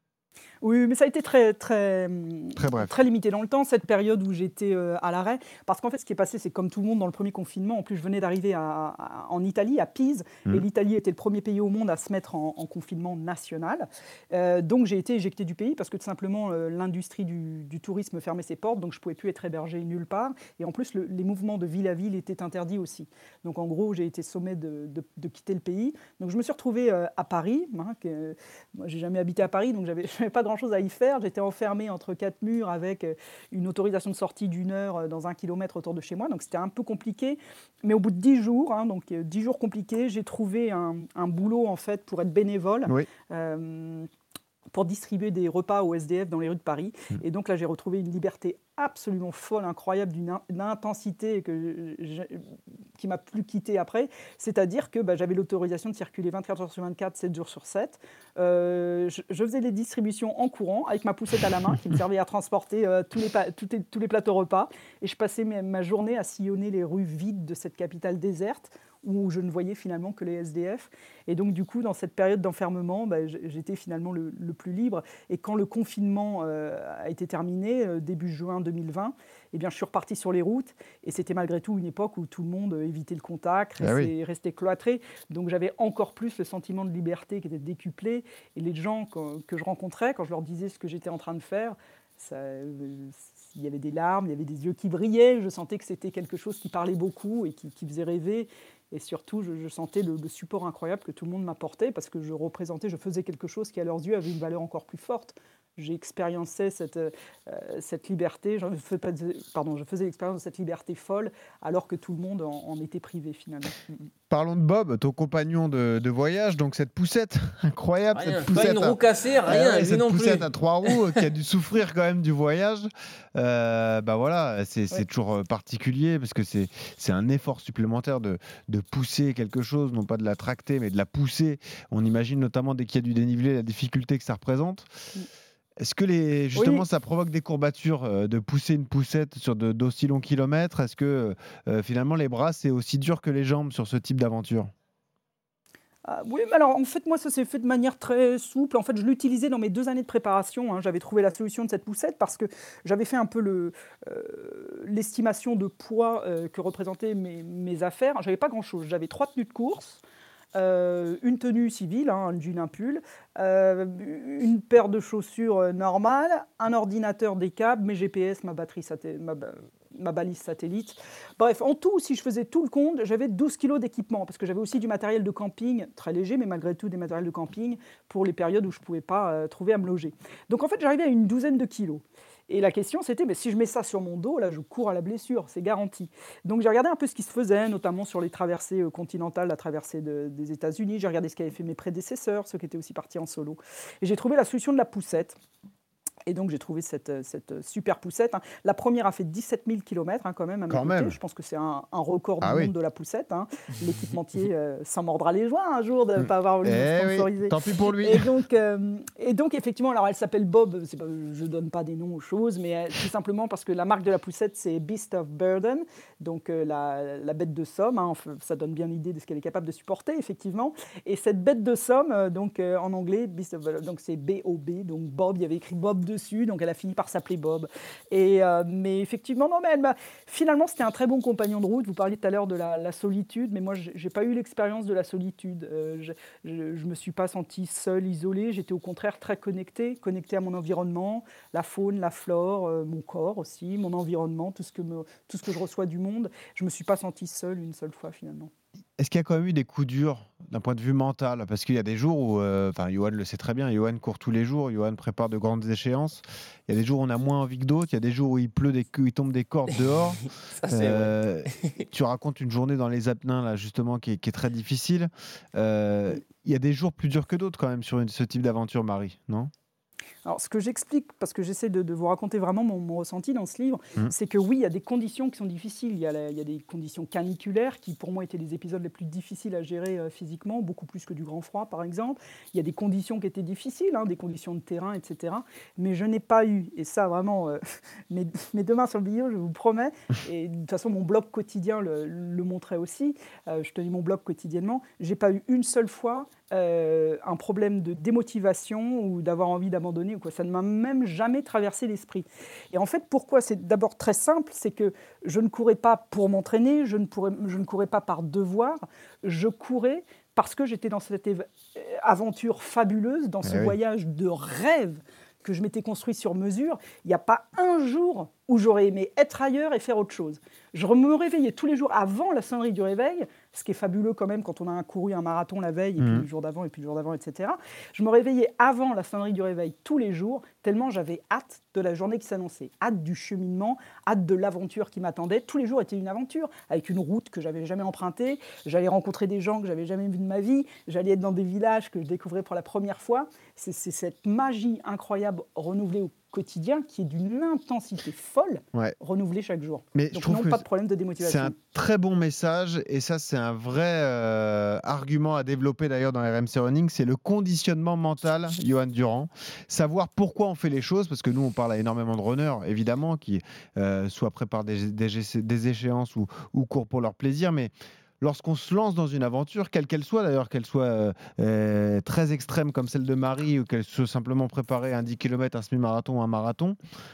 Oui, mais ça a été très, très, Très bref. très limité dans le temps, cette période où j'étais euh, à l'arrêt. Parce qu'en fait, ce qui est passé, c'est comme tout le monde dans le premier confinement. En plus, je venais d'arriver à- à- en Italie, à Pise. Mmh. Et l'Italie était le premier pays au monde à se mettre en, en confinement national. Euh, donc, j'ai été éjecté du pays parce que tout simplement, euh, l'industrie du, du tourisme fermait ses portes. Donc, je ne pouvais plus être hébergé nulle part. Et en plus, le- les mouvements de ville à ville étaient interdits aussi. Donc, en gros, j'ai été sommé de, de- de quitter le pays. Donc, je me suis retrouvé euh, à Paris. Hein, que, moi, je n'ai jamais habité à Paris, donc je n'avais pas grand-chose à y faire. J'étais enfermé entre quatre murs avec une autorisation de sortie d'une heure dans un kilomètre autour de chez moi. Donc, c'était un peu compliqué. Mais au bout de dix jours, hein, donc dix jours compliqués, j'ai trouvé un, un boulot en fait pour être bénévole. Oui. Euh, pour distribuer des repas aux S D F dans les rues de Paris. Mmh. Et donc là, j'ai retrouvé une liberté absolument folle, incroyable, d'une in- intensité que je, je, qui m'a plus quitté après. C'est-à-dire que bah, j'avais l'autorisation de circuler vingt-quatre heures sur vingt-quatre, sept jours sur sept. Euh, je, je faisais les distributions en courant, avec ma poussette à la main, qui me servait à transporter euh, tous, les pa- tous, les, tous les plateaux repas. Et je passais ma, ma journée à sillonner les rues vides de cette capitale déserte, où je ne voyais finalement que les S D F. Et donc, du coup, dans cette période d'enfermement, bah, j'étais finalement le, le plus libre. Et quand le confinement euh, a été terminé, euh, début juin deux mille vingt, eh bien, je suis reparti sur les routes. Et c'était malgré tout une époque où tout le monde évitait le contact, restait, ah oui. restait cloîtré. Donc, j'avais encore plus le sentiment de liberté qui était décuplé. Et les gens que, que je rencontrais, quand je leur disais ce que j'étais en train de faire, ça... Euh, il y avait des larmes, il y avait des yeux qui brillaient. Je sentais que c'était quelque chose qui parlait beaucoup et qui, qui faisait rêver. Et surtout, je, je sentais le, le support incroyable que tout le monde m'apportait parce que je représentais, je faisais quelque chose qui, à leurs yeux, avait une valeur encore plus forte. J'ai expériencé cette, euh, cette liberté, je, fais pas, pardon, je faisais l'expérience de cette liberté folle alors que tout le monde en, en était privé finalement. Parlons de Bob, ton compagnon de, de voyage, donc cette poussette incroyable. Rien, cette poussette pas une roue à, cassée, rien, ouais, lui cette non poussette plus. à trois roues qui a dû souffrir quand même du voyage. Euh, bah voilà, c'est ouais. toujours particulier parce que c'est un effort supplémentaire de, de pousser quelque chose, non pas de la tracter, mais de la pousser. On imagine notamment dès qu'il y a du dénivelé, la difficulté que ça représente. Oui. Est-ce que les, justement oui. ça provoque des courbatures euh, de pousser une poussette sur d'aussi longs kilomètres? Est-ce que euh, finalement les bras c'est aussi dur que les jambes sur ce type d'aventure? Ah, oui, mais alors en fait, moi, ça s'est fait de manière très souple. En fait, je l'utilisais dans mes deux années de préparation. Hein. J'avais trouvé la solution de cette poussette parce que j'avais fait un peu le, euh, l'estimation de poids euh, que représentaient mes, mes affaires. J'avais pas grand-chose. J'avais trois tenues de course. Euh, une tenue civile, hein, un jean, un pull, euh, une paire de chaussures normales, un ordinateur, des câbles, mes G P S, ma batterie, ma, ma balise satellite. Bref, en tout, si je faisais tout le compte, j'avais douze kilos d'équipement, parce que j'avais aussi du matériel de camping, très léger, mais malgré tout des matériels de camping, pour les périodes où je ne pouvais pas euh, trouver à me loger. Donc en fait, j'arrivais à une douzaine de kilos. Et la question, c'était, mais si je mets ça sur mon dos, là, je cours à la blessure, c'est garanti. Donc j'ai regardé un peu ce qui se faisait, notamment sur les traversées continentales, la traversée de, des États-Unis. J'ai regardé ce qu'avaient fait mes prédécesseurs, ceux qui étaient aussi partis en solo. Et j'ai trouvé la solution de la poussette. Et donc, j'ai trouvé cette, cette super poussette. Hein. La première a fait dix-sept mille kilomètres hein, quand même. À quand même. Je pense que c'est un, un record ah du oui. monde de la poussette. Hein. L'équipementier euh, s'en mordra les joints un jour de ne pas avoir voulu eh sponsoriser. Oui, tant pis pour lui. Et donc, euh, et donc effectivement, alors elle s'appelle Bob. Pas, je ne donne pas des noms aux choses, mais euh, tout simplement parce que la marque de la poussette, c'est Beast of Burden, donc euh, la, la bête de somme. Hein, ça donne bien l'idée de ce qu'elle est capable de supporter, effectivement. Et cette bête de somme, euh, donc euh, en anglais, Beast of Burden, donc c'est B O B, donc Bob, il y avait écrit Bob dessus, donc elle a fini par s'appeler Bob. Et, euh, mais effectivement, non, mais elle m'a... finalement, c'était un très bon compagnon de route. Vous parliez tout à l'heure de la, la solitude, mais moi, je n'ai pas eu l'expérience de la solitude. Euh, je ne me suis pas sentie seule, isolée. J'étais au contraire très connectée, connectée à mon environnement, la faune, la flore, euh, mon corps aussi, mon environnement, tout ce, que me, tout ce que je reçois du monde. Je ne me suis pas sentie seule une seule fois, finalement. Est-ce qu'il y a quand même eu des coups durs d'un point de vue mental, parce qu'il y a des jours où, enfin, euh, Johan le sait très bien, Johan court tous les jours, Johan prépare de grandes échéances. Il y a des jours où on a moins envie que d'autres, il y a des jours où il pleut, des, il tombe des cordes dehors. Ça, c'est euh, tu racontes une journée dans les Apennins, là, justement, qui est, qui est très difficile. Euh, il y a des jours plus durs que d'autres, quand même, sur une, ce type d'aventure, Marie, non ? Alors, ce que j'explique, parce que j'essaie de, de vous raconter vraiment mon, mon ressenti dans ce livre, Mmh. c'est que oui, il y a des conditions qui sont difficiles. Il y a, la- il y a des conditions caniculaires qui, pour moi, étaient les épisodes les plus difficiles à gérer euh, physiquement, beaucoup plus que du grand froid, par exemple. Il y a des conditions qui étaient difficiles, hein, des conditions de terrain, et cetera. Mais je n'ai pas eu, et ça, vraiment, euh, mes, mes deux mains sur le billot, je vous promets, et de toute façon, mon blog quotidien le, le montrait aussi, euh, je tenais mon blog quotidiennement, j'ai pas eu une seule fois euh, un problème de démotivation ou d'avoir envie d'abandonner ou quoi. Ça ne m'a même jamais traversé l'esprit. Et en fait, pourquoi ? C'est d'abord très simple, c'est que je ne courais pas pour m'entraîner, je ne, pourrais, je ne courais pas par devoir, je courais parce que j'étais dans cette éve- aventure fabuleuse, dans ce Eh oui. voyage de rêve que je m'étais construit sur mesure. Il n'y a pas un jour où j'aurais aimé être ailleurs et faire autre chose. Je me réveillais tous les jours avant la sonnerie du réveil, ce qui est fabuleux quand même quand on a couru un marathon la veille, et puis Mhm. le jour d'avant, et puis le jour d'avant, et cetera. Je me réveillais avant la sonnerie du réveil tous les jours, tellement j'avais hâte de la journée qui s'annonçait, hâte du cheminement, hâte de l'aventure qui m'attendait. Tous les jours étaient une aventure, avec une route que j'avais jamais empruntée. J'allais rencontrer des gens que j'avais jamais vus de ma vie. J'allais être dans des villages que je découvrais pour la première fois. C'est, c'est cette magie incroyable renouvelée au quotidien qui est d'une intensité folle, Ouais. renouvelée chaque jour. Mais je Donc trouve non, que pas de problème de c'est démotivation. un très bon message, et ça, c'est un vrai euh, argument à développer d'ailleurs dans R M C Running, c'est le conditionnement mental, Johan Durand. Savoir pourquoi on fait les choses, parce que nous, on parle à énormément de runners, évidemment, qui euh, soit préparent des, des, des échéances ou, ou courent pour leur plaisir, mais lorsqu'on se lance dans une aventure, quelle qu'elle soit, d'ailleurs, qu'elle soit euh, euh, très extrême comme celle de Marie, ou qu'elle soit simplement préparée un dix kilomètres, un semi-marathon ou un marathon,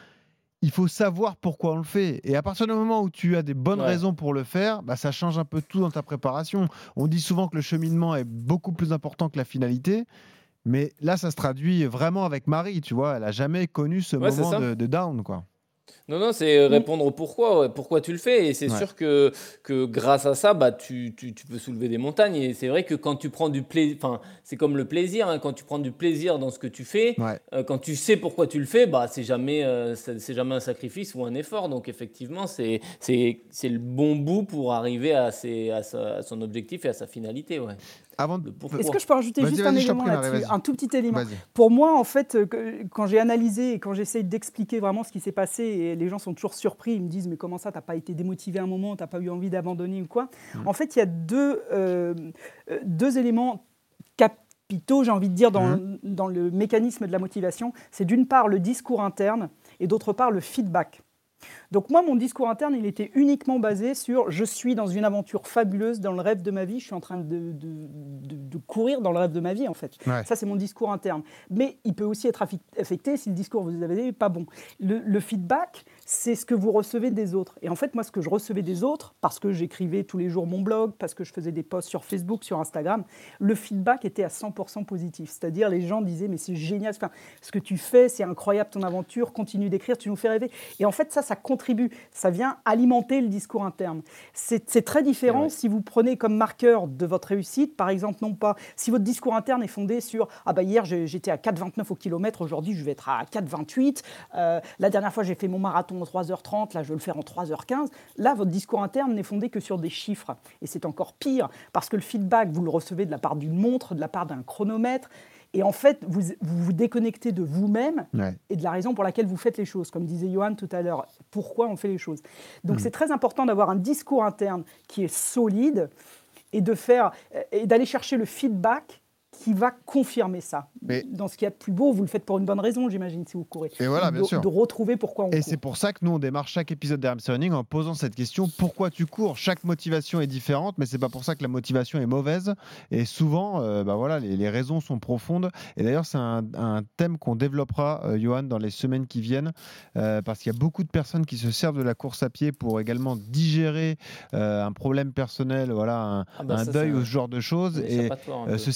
il faut savoir pourquoi on le fait. Et à partir du moment où tu as des bonnes Ouais. raisons pour le faire, bah, ça change un peu tout dans ta préparation. On dit souvent que le cheminement est beaucoup plus important que la finalité. Mais là, ça se traduit vraiment avec Marie, tu vois. Elle n'a jamais connu ce Ouais, c'est moment ça. de, de down, quoi. Non, non, c'est euh, répondre au pourquoi, ouais, pourquoi tu le fais. Et c'est Ouais. sûr que, que grâce à ça, bah, tu, tu, tu peux soulever des montagnes. Et c'est vrai que quand tu prends du plaisir, enfin, c'est comme le plaisir, hein, quand tu prends du plaisir dans ce que tu fais, Ouais. euh, quand tu sais pourquoi tu le fais, bah, c'est jamais, euh, c'est, c'est jamais un sacrifice ou un effort. Donc effectivement, c'est, c'est, c'est le bon bout pour arriver à, ses, à, sa- à son objectif et à sa finalité. Ouais. Avant de... Le pourquoi. Est-ce que je peux rajouter Vas-y, juste vas-y, un je t'en élément prie, Marie, là-dessus, vas-y. un tout petit élément. Vas-y. Pour moi, en fait, euh, que- quand j'ai analysé et quand j'essaye d'expliquer vraiment ce qui s'est passé, et les gens sont toujours surpris, ils me disent mais comment ça, t'as pas été démotivé à un moment, t'as pas eu envie d'abandonner ou quoi. Mmh. En fait, il y a deux, euh, euh, deux éléments capitaux, j'ai envie de dire, dans, Mmh. dans le mécanisme de la motivation. C'est d'une part le discours interne et d'autre part le feedback. Donc moi, mon discours interne, il était uniquement basé sur « je suis dans une aventure fabuleuse, dans le rêve de ma vie, je suis en train de, de, de, de courir dans le rêve de ma vie, en fait. Ouais. » Ça, c'est mon discours interne. Mais il peut aussi être affi- affecté si le discours, vous avez n'est pas bon. Le, le feedback, c'est ce que vous recevez des autres. Et en fait, moi, ce que je recevais des autres, parce que j'écrivais tous les jours mon blog, parce que je faisais des posts sur Facebook, sur Instagram, le feedback était à cent pour cent positif. C'est-à-dire, les gens disaient « mais c'est génial, enfin, ce que tu fais, c'est incroyable ton aventure, continue d'écrire, tu nous fais rêver. » Et en fait, ça, ça contribue, ça vient alimenter le discours interne. C'est, c'est très différent Ouais. si vous prenez comme marqueur de votre réussite, par exemple, non pas, si votre discours interne est fondé sur « ah bah hier j'ai- j'étais à quatre vingt-neuf au kilomètre, aujourd'hui je vais être à quatre vingt-huit, euh, la dernière fois j'ai fait mon marathon en trois heures trente, là je vais le faire en trois heures quinze », là votre discours interne n'est fondé que sur des chiffres. Et c'est encore pire, parce que le feedback, vous le recevez de la part d'une montre, de la part d'un chronomètre, et en fait, vous vous, vous déconnectez de vous-même Ouais. et de la raison pour laquelle vous faites les choses. Comme disait Johan tout à l'heure, pourquoi on fait les choses. Donc c'est très important d'avoir un discours interne qui est solide et, de faire, et d'aller chercher le feedback qui va confirmer ça. Mais- Dans ce qu'il y a de plus beau, vous le faites pour une bonne raison, j'imagine, si vous courez. Et voilà, de, bien sûr. de retrouver pourquoi on Et court. c'est pour ça que nous, on démarre chaque épisode d'R M C Running en posant cette question, pourquoi tu cours ? Chaque motivation est différente, mais c'est pas pour ça que la motivation est mauvaise. Et souvent, euh, bah voilà, les, les raisons sont profondes. Et d'ailleurs, c'est un, un thème qu'on développera, euh, Johan, dans les semaines qui viennent, euh, parce qu'il y a beaucoup de personnes qui se servent de la course à pied pour également digérer euh, un problème personnel, voilà, un, Ah bah un ça, deuil c'est ou un- ce genre de choses. un Et échappatoire, un euh, peu. se servir du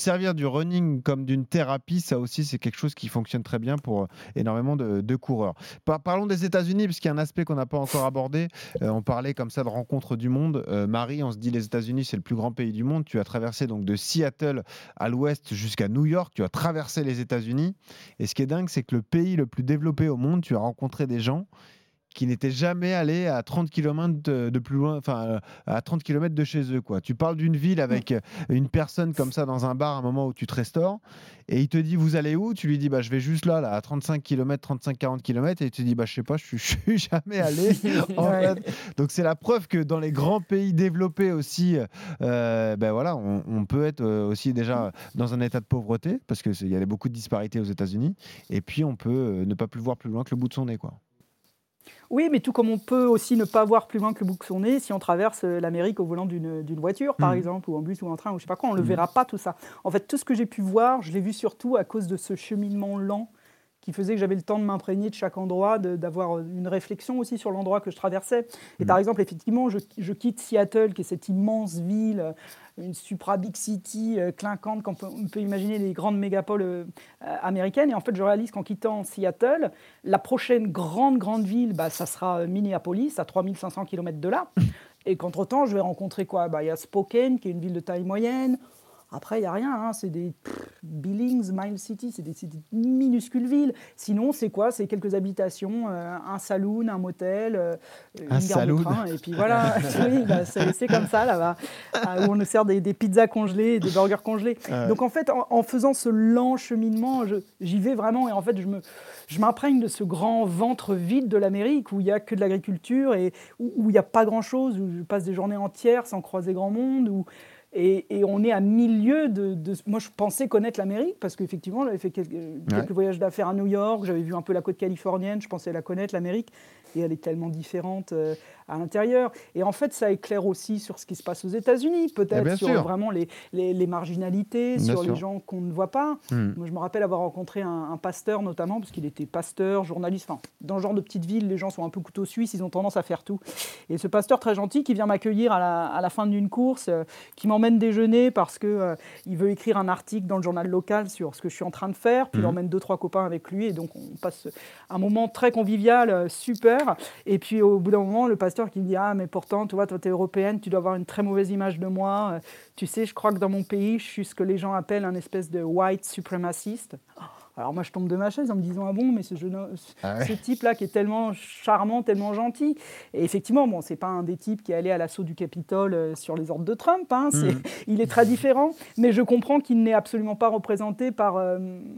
running comme d'une thérapie, ça aussi, c'est quelque chose qui fonctionne très bien pour énormément de, de coureurs. Par, parlons des États-Unis, parce qu'il y a un aspect qu'on n'a pas encore abordé. Euh, on parlait comme ça de rencontres du monde. Euh, Marie, on se dit les États-Unis, c'est le plus grand pays du monde. Tu as traversé donc de Seattle à l'ouest jusqu'à New York. Tu as traversé les États-Unis. Et ce qui est dingue, c'est que le pays le plus développé au monde, tu as rencontré des gens qui n'étaient jamais allés à trente kilomètres de, de plus loin, enfin à trente kilomètres de chez eux, quoi. Tu parles d'une ville avec une personne comme ça dans un bar à un moment où tu te restaures et il te dit vous allez où? Tu lui dis bah je vais juste là, là à trente-cinq kilomètres, trente-cinq quarante kilomètres et il te dit bah je sais pas, je suis, je suis jamais allé en fait. Donc c'est la preuve que dans les grands pays développés aussi, euh, ben voilà, on, on peut être aussi déjà dans un état de pauvreté parce que il y a beaucoup de disparités aux États-Unis et puis on peut ne pas plus voir plus loin que le bout de son nez, quoi. Oui, mais tout comme on peut aussi ne pas voir plus loin que le bout de son nez si on traverse l'Amérique au volant d'une, d'une voiture, par mmh. exemple, ou en bus ou en train, ou je sais pas quoi, on ne le mmh. verra pas tout ça. En fait, tout ce que j'ai pu voir, je l'ai vu surtout à cause de ce cheminement lent qui faisait que j'avais le temps de m'imprégner de chaque endroit, de, d'avoir une réflexion aussi sur l'endroit que je traversais. Et mmh. par exemple, effectivement, je, je quitte Seattle, qui est cette immense ville, une supra big city euh, clinquante, qu'on peut, on peut imaginer les grandes mégapoles euh, américaines. Et en fait, je réalise qu'en quittant Seattle, la prochaine grande, grande ville, bah, ça sera Minneapolis, à trois mille cinq cents kilomètres de là. Et qu'entre-temps, je vais rencontrer quoi ? Bah, il y a Spokane, qui est une ville de taille moyenne. Après, il n'y a rien, hein. C'est des pff, Billings, Miles City, c'est des, c'est des minuscules villes. Sinon, c'est quoi ? C'est quelques habitations, euh, un saloon, un motel, euh, une un gare saloon. de train, et puis voilà. Oui, bah, c'est, c'est comme ça, là-bas, où on nous sert des, des pizzas congelées et des burgers congelés. Ouais. Donc, en fait, en, en faisant ce lent cheminement, je, j'y vais vraiment, et en fait, je, me, je m'imprègne de ce grand ventre vide de l'Amérique, où il n'y a que de l'agriculture, et où, où il n'y a pas grand-chose, où je passe des journées entières sans croiser grand monde, où... Et, et on est à milieu de, de... Moi, je pensais connaître l'Amérique parce qu'effectivement, j'avais fait quelques, ouais. quelques voyages d'affaires à New York, j'avais vu un peu la côte californienne, je pensais la connaître, l'Amérique, et elle est tellement différente euh, à l'intérieur. Et en fait, ça éclaire aussi sur ce qui se passe aux États-Unis, peut-être sur sûr. vraiment les, les, les marginalités, bien sur sûr. les gens qu'on ne voit pas. Hmm. Moi, je me rappelle avoir rencontré un, un pasteur notamment, parce qu'il était pasteur, journaliste. Enfin, dans ce genre de petite ville, les gens sont un peu couteau suisse, ils ont tendance à faire tout. Et ce pasteur très gentil qui vient m'accueillir à la, à la fin d'une course, euh, qui m'emmène déjeuner parce qu'il euh, veut écrire un article dans le journal local sur ce que je suis en train de faire, puis mmh. il emmène deux, trois copains avec lui, et donc on passe un moment très convivial, euh, super. Et puis au bout d'un moment, le pasteur qui me dit « Ah, mais pourtant, tu vois, toi, t'es européenne, tu dois avoir une très mauvaise image de moi. Euh, tu sais, je crois que dans mon pays, je suis ce que les gens appellent un espèce de white suprémaciste. » Alors moi, je tombe de ma chaise en me disant « Ah bon, mais ce, jeune, ah ouais. ce type-là qui est tellement charmant, tellement gentil. » Et effectivement, bon, c'est pas un des types qui est allé à l'assaut du Capitole euh, sur les ordres de Trump. Hein, c'est, mmh. Il est très différent, mais je comprends qu'il n'est absolument pas représenté par... Euh,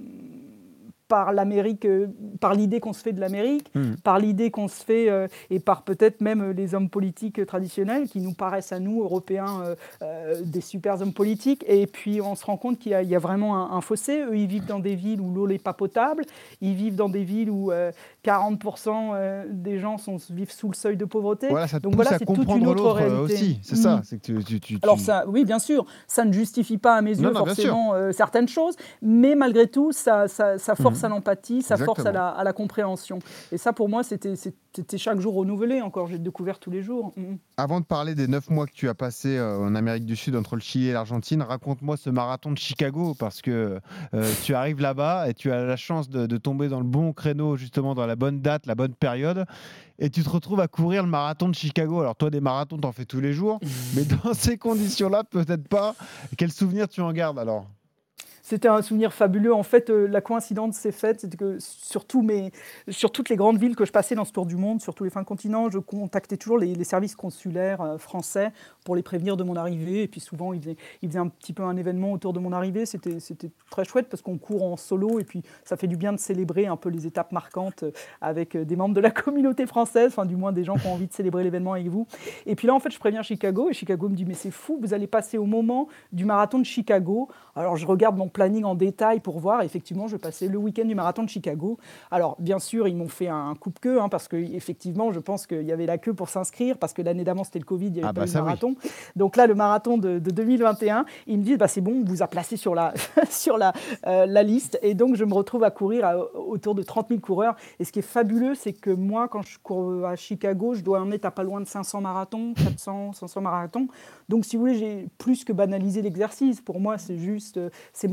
par l'Amérique, euh, par l'idée qu'on se fait de l'Amérique, mmh. par l'idée qu'on se fait, euh, et par peut-être même les hommes politiques traditionnels qui nous paraissent à nous, Européens, euh, euh, des super hommes politiques. Et puis on se rend compte qu'il y a, il y a vraiment un, un fossé. Eux, ils vivent dans des villes où l'eau n'est pas potable. Ils vivent dans des villes où euh, quarante pour cent euh, des gens sont, vivent sous le seuil de pauvreté. Voilà, ça te Donc pousse voilà, à c'est comprendre toute une autre l'autre réalité. Aussi, c'est mmh. ça. C'est que tu, tu, tu, Alors ça, oui, bien sûr, ça ne justifie pas à mes yeux non, non, forcément euh, certaines choses, mais malgré tout, ça, ça, ça force mmh. à l'empathie, ça Exactement. force à la, à la compréhension. Et ça, pour moi, c'était, c'était chaque jour renouvelé encore. J'ai découvert tous les jours. Mmh. Avant de parler des neuf mois que tu as passés euh, en Amérique du Sud, entre le Chili et l'Argentine, raconte-moi ce marathon de Chicago, parce que euh, tu arrives là-bas et tu as la chance de, de tomber dans le bon créneau, justement dans la bonne date, la bonne période, et tu te retrouves à courir le marathon de Chicago. Alors toi, des marathons, t'en fais tous les jours, mais dans ces conditions-là, peut-être pas. Quel souvenir tu en gardes alors ? C'était un souvenir fabuleux. En fait, euh, la coïncidence s'est faite, c'est que sur, tous mes, sur toutes les grandes villes que je passais dans ce tour du monde, sur tous les fins continents, je contactais toujours les, les services consulaires euh, français pour les prévenir de mon arrivée. Et puis souvent, ils faisaient, ils faisaient un petit peu un événement autour de mon arrivée. C'était, c'était très chouette parce qu'on court en solo et puis ça fait du bien de célébrer un peu les étapes marquantes avec des membres de la communauté française, enfin du moins des gens qui ont envie de célébrer l'événement avec vous. Et puis là, en fait, je préviens Chicago et Chicago me dit « Mais c'est fou, vous allez passer au moment du marathon de Chicago. » Alors, je regarde mon planning en détail pour voir. Effectivement, je passais le week-end du marathon de Chicago. Alors, bien sûr, ils m'ont fait un coupe-queue hein, parce qu'effectivement, je pense qu'il y avait la queue pour s'inscrire parce que l'année d'avant, c'était le Covid, il n'y avait ah pas bah eu de marathon. Oui. Donc là, le marathon de, de deux mille vingt et un, ils me disent bah, « C'est bon, on vous a placé sur la, sur la, euh, la liste. » Et donc, je me retrouve à courir à, autour de trente mille coureurs. Et ce qui est fabuleux, c'est que moi, quand je cours à Chicago, je dois en être à pas loin de cinq cents marathons, quatre cents, cinq cents marathons. Donc, si vous voulez, j'ai plus que banalisé l'exercice. Pour moi, c'est juste, c'est mon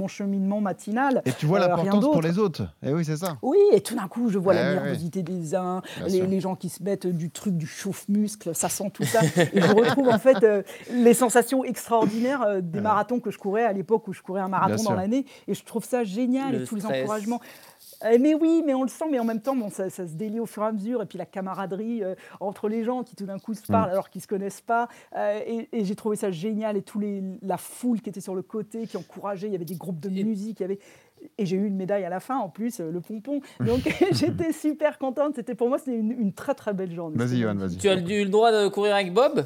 cheminement matinal. Et tu vois euh, l'importance pour les autres. Et oui, c'est ça. Oui, et tout d'un coup, je vois Eh la ouais, nervosité des uns, Bien les, sûr. les gens qui se mettent du truc, du chauffe-muscle, ça sent tout ça. Et je retrouve en fait euh, les sensations extraordinaires euh, des Ouais. marathons que je courais à l'époque où je courais un Bien marathon sûr. dans l'année. Et je trouve ça génial, Le et tous les stress. encouragements. Euh, mais oui, mais on le sent, mais en même temps, bon, ça, ça se délie au fur et à mesure. Et puis la camaraderie euh, entre les gens qui tout d'un coup se parlent Mm. alors qu'ils ne se connaissent pas. Euh, et, et j'ai trouvé ça génial. Et tous les, la foule qui était sur le côté, qui encourageait. Il y avait des groupes de Et- musique. Il y avait... Et j'ai eu une médaille à la fin, en plus, euh, le pompon. Donc j'étais super contente. C'était, pour moi, c'était une, une très très belle journée. Vas-y, C'était Johan, magnifique. vas-y. Tu as eu le droit de courir avec Bob?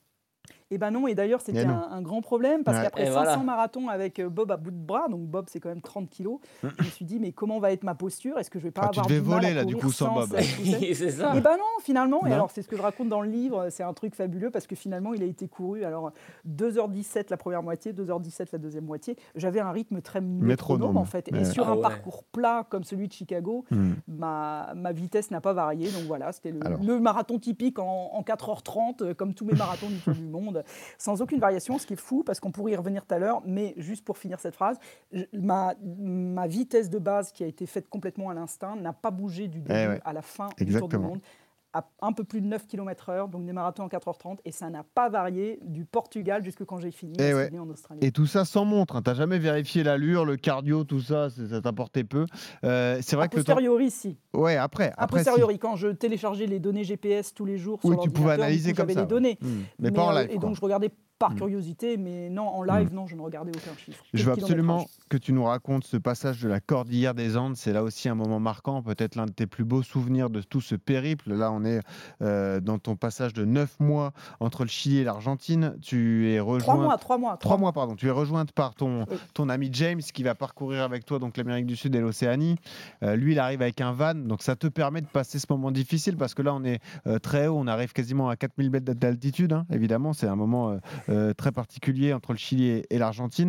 Eh ben non, et d'ailleurs, c'était Mais non. un, un grand problème parce Ouais. qu'après Et cinq cents voilà. marathons avec euh, Bob à bout de bras, donc Bob, c'est quand même trente kilos, je me suis dit, mais comment va être ma posture? Est-ce que je vais pas Ah, tu avoir devais du mal voler, à là, du courir coup, sans Bob. cette poussette? C'est ça. Eh ben non, finalement. Et Non. alors, c'est ce que je raconte dans le livre. C'est un truc fabuleux parce que finalement, il a été couru. Alors, deux heures dix-sept la première moitié, deux heures dix-sept la deuxième moitié. J'avais un rythme très métronome, Métronome. en fait. Ouais. Et sur Ah un ouais. parcours plat comme celui de Chicago, Mm. ma, ma vitesse n'a pas varié. Donc voilà, c'était le, Alors. le marathon typique en, en quatre heures trente, euh, comme tous mes marathons du Tour du Monde, sans aucune variation, ce qui est fou parce qu'on pourrait y revenir tout à l'heure. Mais juste pour finir cette phrase, je- ma, ma vitesse de base qui a été faite complètement à l'instinct n'a pas bougé du début Eh ouais. à la fin du Tour Exactement. du Monde. À un peu plus de neuf kilomètres heure, donc des marathons en quatre heures trente, et ça n'a pas varié du Portugal jusque quand j'ai fini Eh à ouais. Sydney en Australie. Et tout ça sans montre. Hein. T'as jamais vérifié l'allure, le cardio, tout ça. c'est- Ça t'apportait peu. Euh, c'est vrai A que le temps. posteriori, si. Ouais, après. A après si. posteriori, quand je téléchargeais les données G P S tous les jours sur Oui, tu pouvais l'ordinateur, analyser du coup, comme j'avais ça. les données. Mm. Mais, pas en euh, live. Et quoi. donc je regardais par Mm. curiosité, mais non, en live, non, je ne regardais aucun chiffre. Je Que veux le absolument kilométrage. que tu nous racontes ce passage de la cordillère des Andes. C'est là aussi un moment marquant, peut-être l'un de tes plus beaux souvenirs de tout ce périple. Là, on est euh, dans ton passage de neuf mois entre le Chili et l'Argentine. Tu es rejoint. Trois mois, trois mois. Trois mois, pardon. Tu es rejointe par ton, Oui. ton ami James qui va parcourir avec toi donc l'Amérique du Sud et l'Océanie. Euh, lui, il arrive avec un van, donc ça te permet de passer ce moment difficile parce que là, on est euh, très haut, on arrive quasiment à quatre mille mètres d'altitude. Hein, évidemment, c'est un moment euh, euh, très particulier entre le Chili et, et l'Argentine.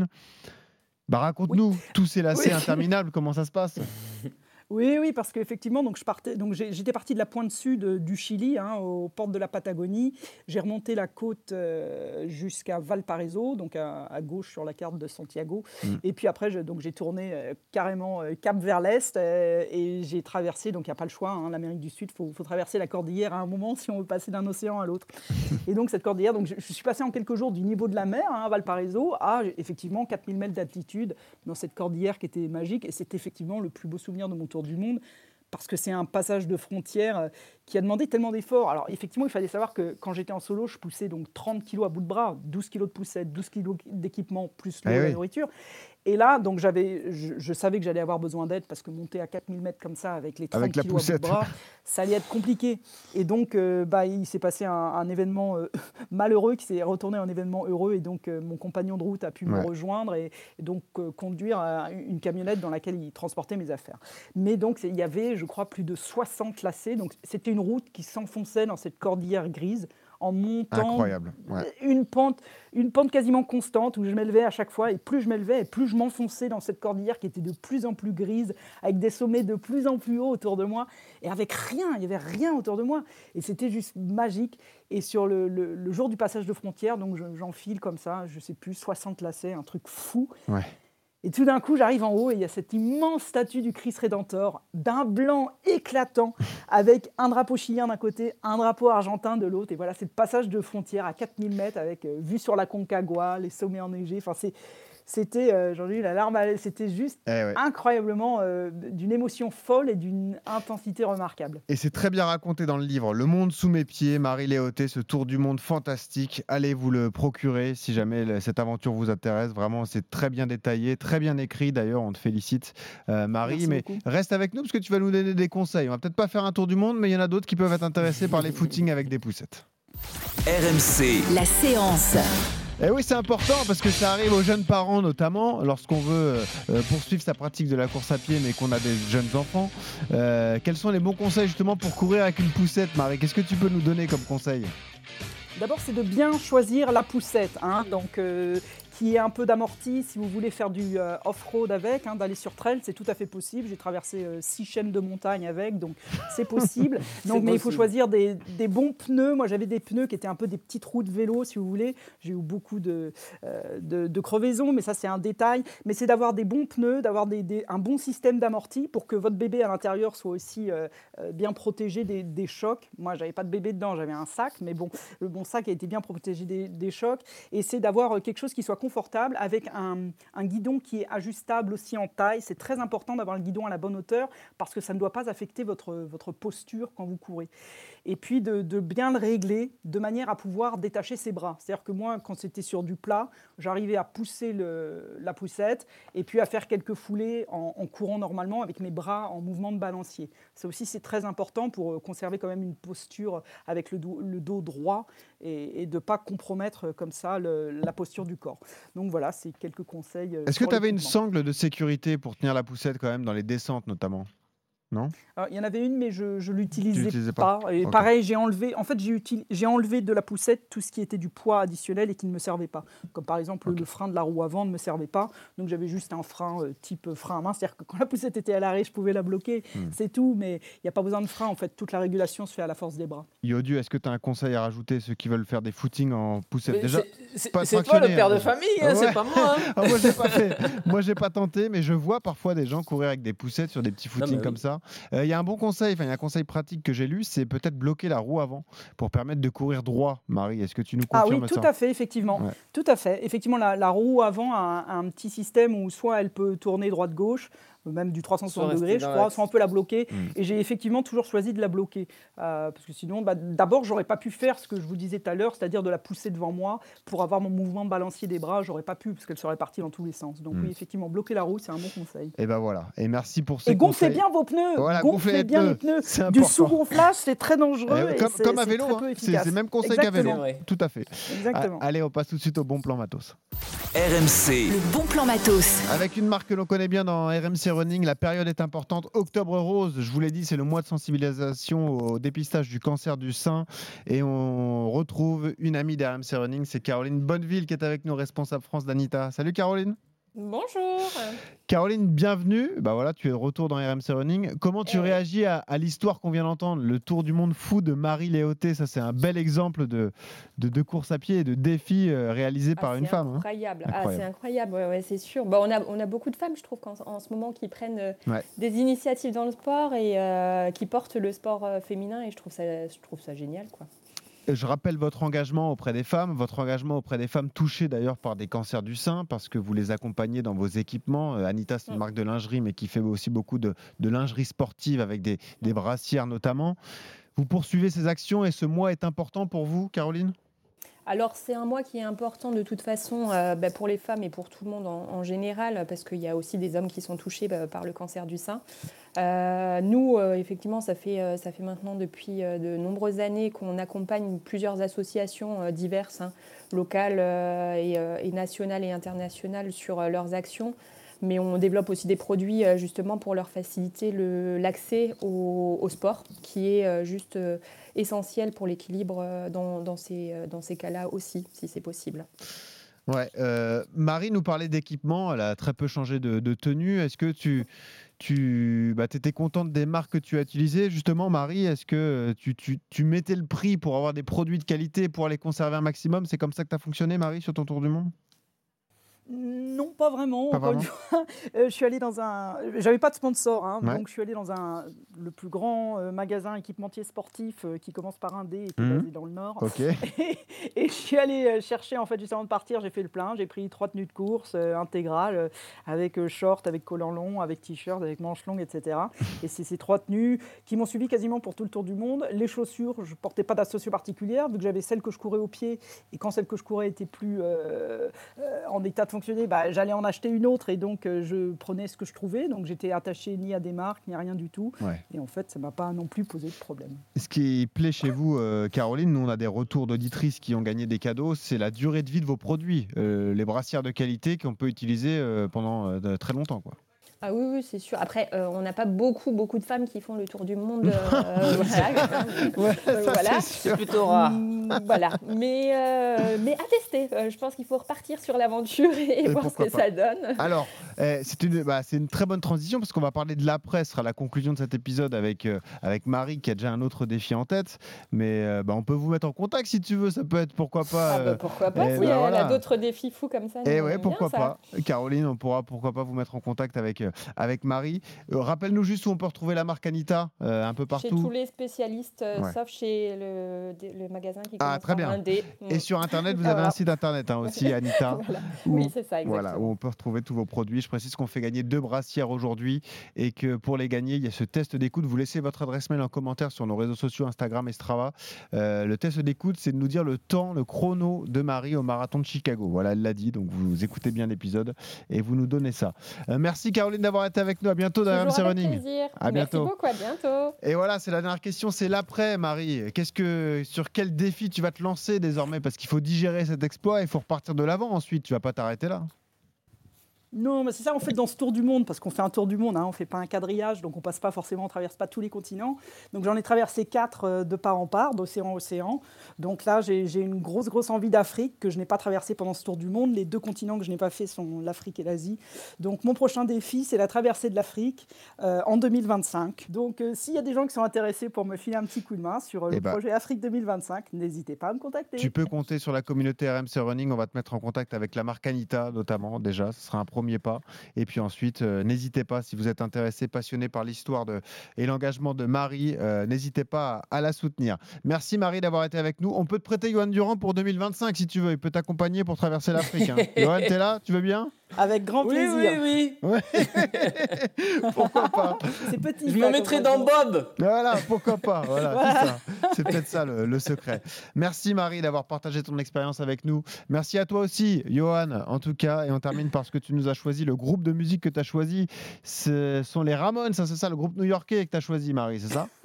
Bah, raconte-nous tous ces lacets Oui. interminables, comment ça se passe? Oui, oui, parce qu'effectivement, donc je partais, donc j'ai- j'étais parti de la pointe sud euh, du Chili, hein, aux portes de la Patagonie. J'ai remonté la côte euh, jusqu'à Valparaiso, donc à, à gauche sur la carte de Santiago. Mm. Et puis après, je- donc j'ai tourné euh, carrément euh, cap vers l'est euh, et j'ai traversé. Donc il n'y a pas le choix, hein, l'Amérique du Sud, il faut, faut traverser la cordillère à un moment si on veut passer d'un océan à l'autre. Et donc cette cordillère, donc je, je suis passé en quelques jours du niveau de la mer, hein, à Valparaiso, à effectivement quatre mille mètres d'altitude dans cette cordillère qui était magique. Et c'est effectivement le plus beau souvenir de mon tour du monde, parce que c'est un passage de frontière euh, qui a demandé tellement d'efforts. Alors effectivement, il fallait savoir que quand j'étais en solo, je poussais donc trente kilos à bout de bras, douze kilos de poussette, douze kilos d'équipement, plus l'eau Eh et la oui. nourriture. Et là, donc j'avais, je, je savais que j'allais avoir besoin d'aide, parce que monter à quatre mille mètres comme ça, avec les trente Avec la kilos à bout poussette. de bras, ça allait être compliqué. Et donc, euh, bah, il s'est passé un, un événement euh, malheureux qui s'est retourné en événement heureux. Et donc, euh, mon compagnon de route a pu me Ouais. rejoindre et, et donc euh, conduire euh, une camionnette dans laquelle il transportait mes affaires. Mais donc, c'est- il y avait, je crois, plus de soixante lacets. Donc, c'était une route qui s'enfonçait dans cette cordillère grise en montant Incroyable. Ouais. une pente, une pente quasiment constante où je m'élevais à chaque fois, et plus je m'élevais et plus je m'enfonçais dans cette cordillère qui était de plus en plus grise, avec des sommets de plus en plus hauts autour de moi, et avec rien, il n'y avait rien autour de moi, et c'était juste magique. Et sur le, le- le jour du passage de frontière, donc je- j'enfile comme ça, je sais plus, soixante lacets, un truc fou. Ouais. Et tout d'un coup, j'arrive en haut et il y a cette immense statue du Christ Rédempteur, d'un blanc éclatant, avec un drapeau chilien d'un côté, un drapeau argentin de l'autre. Et voilà, c'est le passage de frontière à quatre mille mètres, avec euh, vue sur la Concagua, les sommets enneigés. Enfin, c'est, c'était, euh, j'en ai eu la larme à l'œil, c'était juste Eh ouais. incroyablement euh, d'une émotion folle et d'une intensité remarquable. Et c'est très bien raconté dans le livre Le Monde sous mes pieds, Marie Léoté, ce tour du monde fantastique. Allez vous le procurer si jamais le- cette aventure vous intéresse. Vraiment, c'est très bien détaillé, très bien écrit. D'ailleurs, on te félicite, euh, Marie. Merci mais beaucoup. reste avec nous parce que tu vas nous donner des conseils. On va peut-être pas faire un tour du monde, mais il y en a d'autres qui peuvent être intéressés par les footings avec des poussettes. R M C, La séance. Et oui, c'est important parce que ça arrive aux jeunes parents notamment lorsqu'on veut euh, poursuivre sa pratique de la course à pied mais qu'on a des jeunes enfants. Euh, quels sont les bons conseils justement pour courir avec une poussette, Marie? Qu'est-ce que tu peux nous donner comme conseil? D'abord, c'est de bien choisir la poussette, hein, donc, euh, qui ait un peu d'amorti si vous voulez faire du euh, off-road avec, hein, d'aller sur trail, c'est tout à fait possible. J'ai traversé euh, six chaînes de montagne avec, donc c'est possible. donc, mais il faut choisir des, des bons pneus. Moi, j'avais des pneus qui étaient un peu des petites roues de vélo, si vous voulez. J'ai eu beaucoup de, euh, de, de crevaisons, mais ça, c'est un détail. Mais c'est d'avoir des bons pneus, d'avoir des, des, un bon système d'amorti pour que votre bébé à l'intérieur soit aussi euh, euh, bien protégé des, des chocs. Moi, j'avais pas de bébé dedans, j'avais un sac, mais bon, le bon sac a été bien protégé des, des chocs. Et c'est d'avoir quelque chose qui soit confortable avec un, un guidon qui est ajustable aussi en taille. C'est très important d'avoir le guidon à la bonne hauteur parce que ça ne doit pas affecter votre, votre posture quand vous courez. Et puis de, de bien le régler de manière à pouvoir détacher ses bras. C'est-à-dire que moi, quand c'était sur du plat, j'arrivais à pousser le, la poussette et puis à faire quelques foulées en, en courant normalement avec mes bras en mouvement de balancier. Ça aussi, c'est très important pour conserver quand même une posture avec le dos, le dos droit et, et de ne pas compromettre comme ça le, la posture du corps. Donc voilà, c'est quelques conseils. Est-ce que tu avais une sangle de sécurité pour tenir la poussette quand même dans les descentes notamment ? Non ? Alors, il y en avait une, mais je ne l'utilisais pas. pas. Et okay. pareil, j'ai enlevé, en fait, j'ai, util, j'ai enlevé de la poussette tout ce qui était du poids additionnel et qui ne me servait pas. Comme par exemple, okay. le frein de la roue avant ne me servait pas. Donc, j'avais juste un frein euh, type frein à main. C'est-à-dire que quand la poussette était à l'arrêt, je pouvais la bloquer. Hmm. C'est tout, mais il n'y a pas besoin de frein. En fait, toute la régulation se fait à la force des bras. Yodu, est-ce que tu as un conseil à rajouter, ceux qui veulent faire des footings en poussette ? mais Déjà, c'est, pas c'est, c'est toi le père hein. de famille, hein, ouais. c'est pas moi. Hein. ah, moi, j'ai pas fait. Moi, j'ai pas tenté, mais je vois parfois des gens courir avec des poussettes sur des petits footings non, comme oui. ça. Il euh, y a un bon conseil, enfin, il y a un conseil pratique que j'ai lu, c'est peut-être bloquer la roue avant pour permettre de courir droit. Marie, est-ce que tu nous confirmes ça ? Ah oui, tout ça à fait, effectivement. Ouais. Tout à fait. Effectivement, la, la roue avant a un, a un petit système où soit elle peut tourner droite-gauche, même du trois cent soixante degrés, je crois, soit on peut la bloquer. Mmh. Et j'ai effectivement toujours choisi de la bloquer. Euh, parce que sinon, bah, d'abord, je n'aurais pas pu faire ce que je vous disais tout à l'heure, c'est-à-dire de la pousser devant moi pour avoir mon mouvement de balancier des bras. Je n'aurais pas pu, parce qu'elle serait partie dans tous les sens. Donc mmh. oui, effectivement, bloquer la roue, c'est un bon conseil. Et ben voilà. Et merci pour ces Et gonflez conseils. bien vos pneus. Voilà, gonflez bien les pneus. Du sous-gonflage, c'est très dangereux. Eh, comme, et c'est, comme à c'est vélo, hein. c'est, c'est le même conseil Exactement. qu'à vélo. Tout à fait. Exactement. Allez, on passe tout de suite au bon plan matos. R M C. Le bon plan matos. Avec une marque que l'on connaît bien dans R M C Running, la période est importante. Octobre Rose, je vous l'ai dit, c'est le mois de sensibilisation au dépistage du cancer du sein. Et on retrouve une amie d'R M C Running, c'est Caroline Bonneville qui est avec nous, responsable France d'Anita. Salut Caroline. Bonjour. Caroline, bienvenue. Bah voilà, tu es de retour dans R M C Running. Comment tu eh réagis à, à l'histoire qu'on vient d'entendre, le Tour du monde fou de Marie Léoté? Ça, c'est un bel exemple de, de, de course à pied et de défi euh, réalisé ah, par une femme. Incroyable. Hein. Ah, c'est incroyable, ouais, ouais, c'est sûr. Bah, on, a, on a beaucoup de femmes, je trouve, en, en ce moment, qui prennent euh, ouais. des initiatives dans le sport et euh, qui portent le sport euh, féminin. Et je trouve ça, je trouve ça génial, quoi. Je rappelle votre engagement auprès des femmes, votre engagement auprès des femmes touchées d'ailleurs par des cancers du sein, parce que vous les accompagnez dans vos équipements. Euh, Anita, c'est une marque de lingerie, mais qui fait aussi beaucoup de, de lingerie sportive avec des, des brassières notamment. Vous poursuivez ces actions et ce mois est important pour vous, Caroline ? Alors, c'est un mois qui est important de toute façon euh, bah, pour les femmes et pour tout le monde en, en général, parce qu'il y a aussi des hommes qui sont touchés bah, par le cancer du sein. Euh, nous, euh, effectivement, ça fait, euh, ça fait maintenant depuis euh, de nombreuses années qu'on accompagne plusieurs associations euh, diverses, hein, locales euh, et, euh, et nationales et internationales sur euh, leurs actions. Mais on développe aussi des produits euh, justement pour leur faciliter le, l'accès au, au sport, qui est euh, juste euh, essentiel pour l'équilibre euh, dans, dans, ces, euh, dans ces cas-là aussi, si c'est possible. Ouais, euh, Marie nous parlait d'équipement, elle a très peu changé de, de tenue. Est-ce que tu, tu bah, étais contente des marques que tu as utilisées ? Justement, Marie, est-ce que tu, tu, tu mettais le prix pour avoir des produits de qualité, pour les conserver un maximum ? C'est comme ça que tu as fonctionné, Marie, sur ton tour du monde ? Non, pas vraiment. Pas vraiment. euh, je suis allée dans un. J'avais pas de sponsor, hein, ouais. donc je suis allée dans un le plus grand euh, magasin équipementier sportif euh, qui commence par un D et qui est mmh. basé dans le Nord. Okay. Et, et je suis allée chercher en fait juste avant de partir, j'ai fait le plein, j'ai pris trois tenues de course euh, intégrales euh, avec euh, short, avec collant long, avec t-shirt, avec manches longues, et cetera. Et c'est ces trois tenues qui m'ont suivi quasiment pour tout le tour du monde. Les chaussures, je portais pas d'association particulière vu que j'avais celles que je courais au pied et quand celles que je courais étaient plus euh, euh, en état de fonctionner, bah, j'allais en acheter une autre et donc euh, je prenais ce que je trouvais. Donc j'étais attachée ni à des marques ni à rien du tout. Ouais. Et en fait, ça ne m'a pas non plus posé de problème. Ce qui plaît chez vous, euh, Caroline, nous on a des retours d'auditrices qui ont gagné des cadeaux, c'est la durée de vie de vos produits, euh, les brassières de qualité qu'on peut utiliser euh, pendant euh, très longtemps, quoi. Ah oui, oui, c'est sûr. Après, euh, on n'a pas beaucoup, beaucoup de femmes qui font le tour du monde. Euh, voilà. Ouais, ça, Voilà. c'est sûr. C'est plutôt rare. Mm, voilà. Mais, euh, mais à tester. Euh, je pense qu'il faut repartir sur l'aventure et, Et voir ce pourquoi que pas. ça donne. Alors, eh, c'est une, bah, c'est une très bonne transition parce qu'on va parler de l'après, ce sera la conclusion de cet épisode avec, euh, avec Marie qui a déjà un autre défi en tête. Mais euh, bah, on peut vous mettre en contact si tu veux, ça peut être pourquoi pas. Ah bah, euh, pourquoi pas, eh si ben elle voilà. a d'autres défis fous comme ça. Et nous, on ouais, aime pourquoi bien, ça. pas. Caroline, on pourra pourquoi pas vous mettre en contact avec, euh, avec Marie. Euh, Rappelle-nous juste où on peut retrouver la marque Anita, euh, un peu Chez partout. tous les spécialistes, euh, Ouais. sauf chez le, le magasin qui Ah, commence très par bien. un D. Et sur Internet, vous Ah, avez voilà. un site Internet hein, aussi, Anita. Voilà. où- Oui, c'est ça, exactement. Voilà, où on peut retrouver tous vos produits. Je précise qu'on fait gagner deux brassières aujourd'hui et que pour les gagner, il y a ce test d'écoute. Vous laissez votre adresse mail en commentaire sur nos réseaux sociaux Instagram et Strava. Euh, le test d'écoute, c'est de nous dire le temps, le chrono de Marie au marathon de Chicago. Voilà, elle l'a dit, donc vous écoutez bien l'épisode et vous nous donnez ça. Euh, merci Caroline d'avoir été avec nous. À bientôt dans Toujours R M C avec Running. plaisir. À Merci bientôt. beaucoup, à bientôt. Et voilà, c'est la dernière question, c'est l'après, Marie. Qu'est-ce que, sur quel défi tu vas te lancer désormais? Parce qu'il faut digérer cet exploit, il faut repartir de l'avant ensuite. Tu vas pas t'arrêter là. Non, mais c'est ça, on fait dans ce tour du monde, parce qu'on fait un tour du monde, hein, on ne fait pas un quadrillage, donc on passe pas forcément, on traverse pas tous les continents. Donc j'en ai traversé quatre euh, de part en part, d'océan en océan. Donc là, j'ai j'ai une grosse, grosse envie d'Afrique que je n'ai pas traversée pendant ce tour du monde. Les deux continents que je n'ai pas fait sont l'Afrique et l'Asie. Donc mon prochain défi, c'est la traversée de l'Afrique euh, en deux mille vingt-cinq. Donc euh, s'il y a des gens qui sont intéressés pour me filer un petit coup de main sur euh, Eh le ben, projet Afrique deux mille vingt-cinq, n'hésitez pas à me contacter. Tu peux compter sur la communauté R M C Running. On va te mettre en contact avec la marque Anita, notamment, déjà. Ce sera un premier pas. Et puis ensuite, euh, n'hésitez pas, si vous êtes intéressé, passionné par l'histoire de, et l'engagement de Marie, euh, n'hésitez pas à, à la soutenir. Merci Marie d'avoir été avec nous. On peut te prêter Johan Durand pour deux mille vingt-cinq si tu veux. Il peut t'accompagner pour traverser l'Afrique. Hein. Johan, t'es là? Tu veux bien? Avec grand Oui, plaisir. oui, oui. Ouais. Pourquoi pas? C'est petit. Je ça, me mettrai comme dans raison. Bob. Voilà, pourquoi pas. Voilà, c'est ça. C'est peut-être ça le, le secret. Merci Marie d'avoir partagé ton expérience avec nous. Merci à toi aussi, Johan, en tout cas. Et on termine par ce que tu nous as choisi. Le groupe de musique que tu as choisi, ce sont les Ramones. Ça, c'est ça, le groupe new-yorkais que tu as choisi, Marie, c'est ça?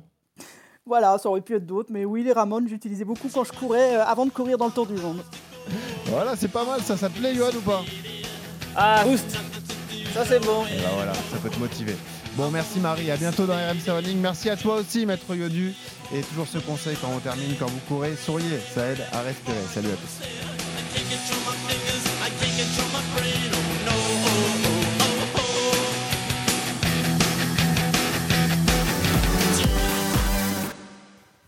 Voilà, ça aurait pu être d'autres, mais oui, les Ramones, j'utilisais beaucoup quand je courais, euh, avant de courir dans le Tour du Monde. Voilà, c'est pas mal. Ça, ça te plaît, Johan, ou pas? Ah, boost. Ça, c'est bon. Et ben voilà, ça peut te motiver. Bon, merci Marie. À bientôt dans R M C Running. Merci à toi aussi, Maître Yodu. Et toujours ce conseil quand on termine, quand vous courez, souriez. Ça aide à respirer. Salut à tous.